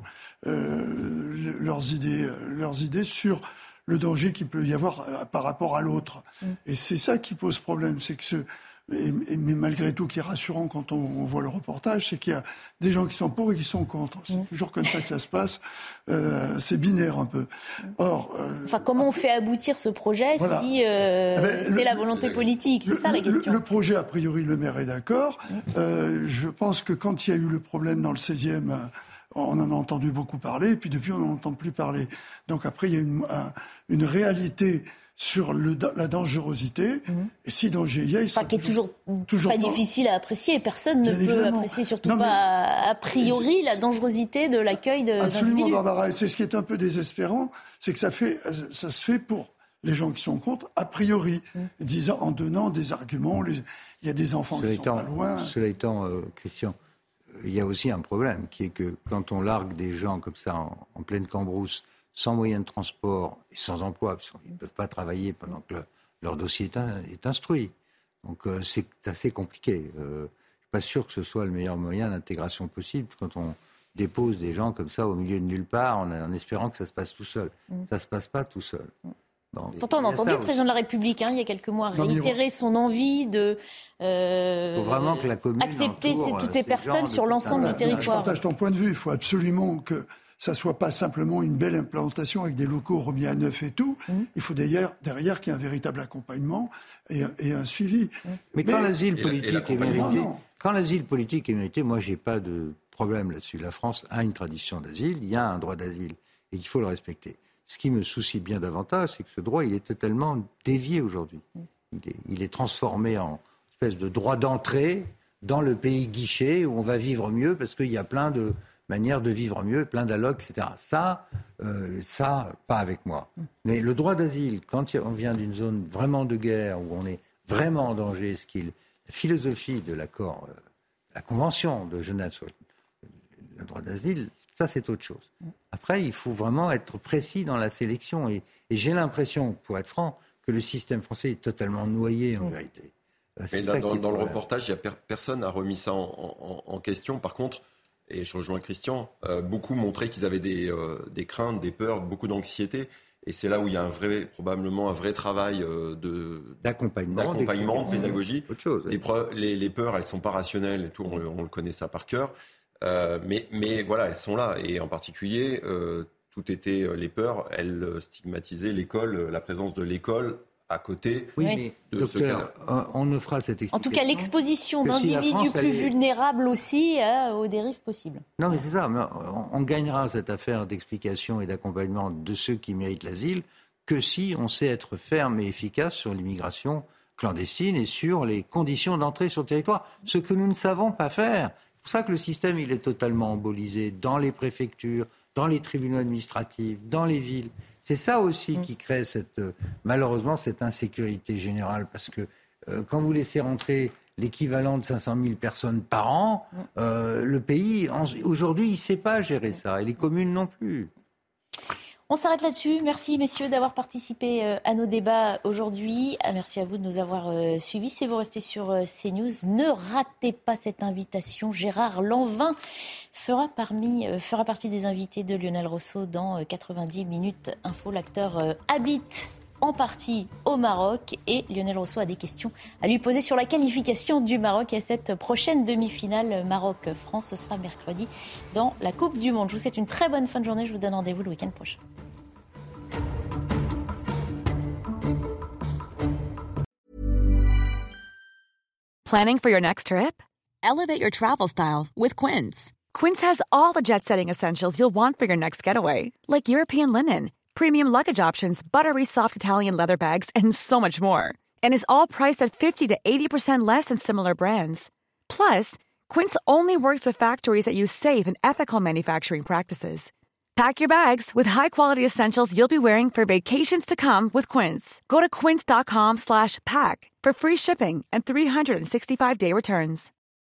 euh, leurs idées, euh, leurs idées sur le danger qu'il peut y avoir euh, par rapport à l'autre. Mm. Et c'est ça qui pose problème, c'est que ce Et, et, mais malgré tout, qui est rassurant quand on, on voit le reportage, c'est qu'il y a des gens qui sont pour et qui sont contre. C'est mmh. toujours comme ça que ça se passe. Euh, c'est binaire un peu. Or, euh, enfin, comment on fait aboutir ce projet voilà. si euh, eh ben, c'est le, la volonté politique C'est le, ça la question. Le, le projet, a priori, le maire est d'accord. Mmh. Euh, je pense que quand il y a eu le problème dans le seizième, on en a entendu beaucoup parler, et puis depuis, on n'en entend plus parler. Donc après, il y a une, un, une réalité sur le, la dangerosité, mmh. et si danger il y a, il sera enfin, qui est toujours, toujours très pas... difficile à apprécier, personne Bien ne évidemment. peut apprécier, surtout non, mais... pas a priori, la dangerosité de l'accueil de Absolument, Barbara, et c'est ce qui est un peu désespérant, c'est que ça, fait, ça se fait pour les gens qui sont contre, a priori, mmh. disant, en donnant des arguments, les... il y a des enfants cela qui étant, sont pas loin. Cela étant, euh, Christian, il y a aussi un problème, qui est que quand on largue des gens comme ça en, en pleine cambrousse, sans moyen de transport et sans emploi, parce qu'ils ne peuvent pas travailler pendant que le, leur dossier est, un, est instruit. Donc euh, c'est assez compliqué. Euh, je ne suis pas sûr que ce soit le meilleur moyen d'intégration possible quand on déposes des gens comme ça au milieu de nulle part en, en espérant que ça se passe tout seul. Mm. Ça ne se passe pas tout seul. Mm. Bon, Pourtant, on a entendu le président de la République, hein, il y a quelques mois, non, réitérer son envie de euh, vraiment que la commune accepter entoure, toutes ces, ces personnes sur l'ensemble ah, du territoire. Je partage ton point de vue. Il faut absolument que ça ne soit pas simplement une belle implantation avec des locaux remis à neuf et tout. Mmh. Il faut derrière, derrière qu'il y ait un véritable accompagnement et, et un suivi. Mmh. Mais, Mais quand l'asile politique est mérité, quand l'asile politique est mérité, moi, j'ai pas de problème là-dessus. La France a une tradition d'asile, il y a un droit d'asile et qu'il faut le respecter. Ce qui me soucie bien davantage, c'est que ce droit, il est totalement dévié aujourd'hui. Il est, il est transformé en espèce de droit d'entrée dans le pays guichet où on va vivre mieux parce qu'il y a plein de manières de vivre mieux, plein d'allocs, et cetera. Ça, euh, ça, pas avec moi. Mais le droit d'asile, quand on vient d'une zone vraiment de guerre, où on est vraiment en danger, ce qui est la philosophie de l'accord, euh, la convention de Genève sur le droit d'asile, ça, c'est autre chose. Après, il faut vraiment être précis dans la sélection. Et, et j'ai l'impression, pour être franc, que le système français est totalement noyé, en mmh. vérité. Mais dans, dans, dans le reportage, y a per, personne n'a remis ça en, en, en question. Par contre, et je rejoins Christian, euh, beaucoup montraient qu'ils avaient des, euh, des craintes, des peurs, beaucoup d'anxiété. Et c'est là où il y a un vrai, probablement un vrai travail euh, de, d'accompagnement, d'accompagnement de pédagogie. Autre chose, les, preuves, les, les peurs, elles ne sont pas rationnelles et tout, on, on le connaît ça par cœur. Euh, mais, mais voilà, elles sont là. Et en particulier, euh, tout était euh, les peurs, elles stigmatisaient l'école, la présence de l'école à côté. Oui, mais de docteur, on ne fera cette explication. En tout cas, l'exposition d'individus si plus est... vulnérables aussi euh, aux dérives possibles. Non, mais c'est ça. Mais on, on gagnera cette affaire d'explication et d'accompagnement de ceux qui méritent l'asile que si on sait être ferme et efficace sur l'immigration clandestine et sur les conditions d'entrée sur le territoire. Ce que nous ne savons pas faire. C'est pour ça que le système il est totalement embolisé dans les préfectures, dans les tribunaux administratifs, dans les villes. C'est ça aussi mmh. qui crée cette, euh, malheureusement cette insécurité générale. Parce que euh, quand vous laissez rentrer l'équivalent de cinq cent mille personnes par an, mmh. euh, le pays, en, aujourd'hui, il ne sait pas gérer ça. Et les communes non plus. On s'arrête là-dessus. Merci, messieurs, d'avoir participé euh, à nos débats aujourd'hui. Ah, merci à vous de nous avoir euh, suivis. Si vous restez sur euh, CNews, ne ratez pas cette invitation. Gérard Lanvin fera, parmi, euh, fera partie des invités de Lionel Rousseau dans euh, quatre-vingt-dix minutes info. L'acteur euh, habite en partie au Maroc et Lionel Rousseau a des questions à lui poser sur la qualification du Maroc à cette prochaine demi-finale Maroc-France. Ce sera mercredi dans la Coupe du Monde. Je vous souhaite une très bonne fin de journée. Je vous donne rendez-vous le week-end prochain. Planning for your next trip? Elevate your travel style with Quince. Quince has all the jet-setting essentials you'll want for your next getaway, like European linen, premium luggage options, buttery soft Italian leather bags, and so much more. And is all priced at fifty to eighty percent less than similar brands. Plus, Quince only works with factories that use safe and ethical manufacturing practices. Pack your bags with high-quality essentials you'll be wearing for vacations to come with Quince. Go to quince.com slash pack for free shipping and three sixty-five day returns.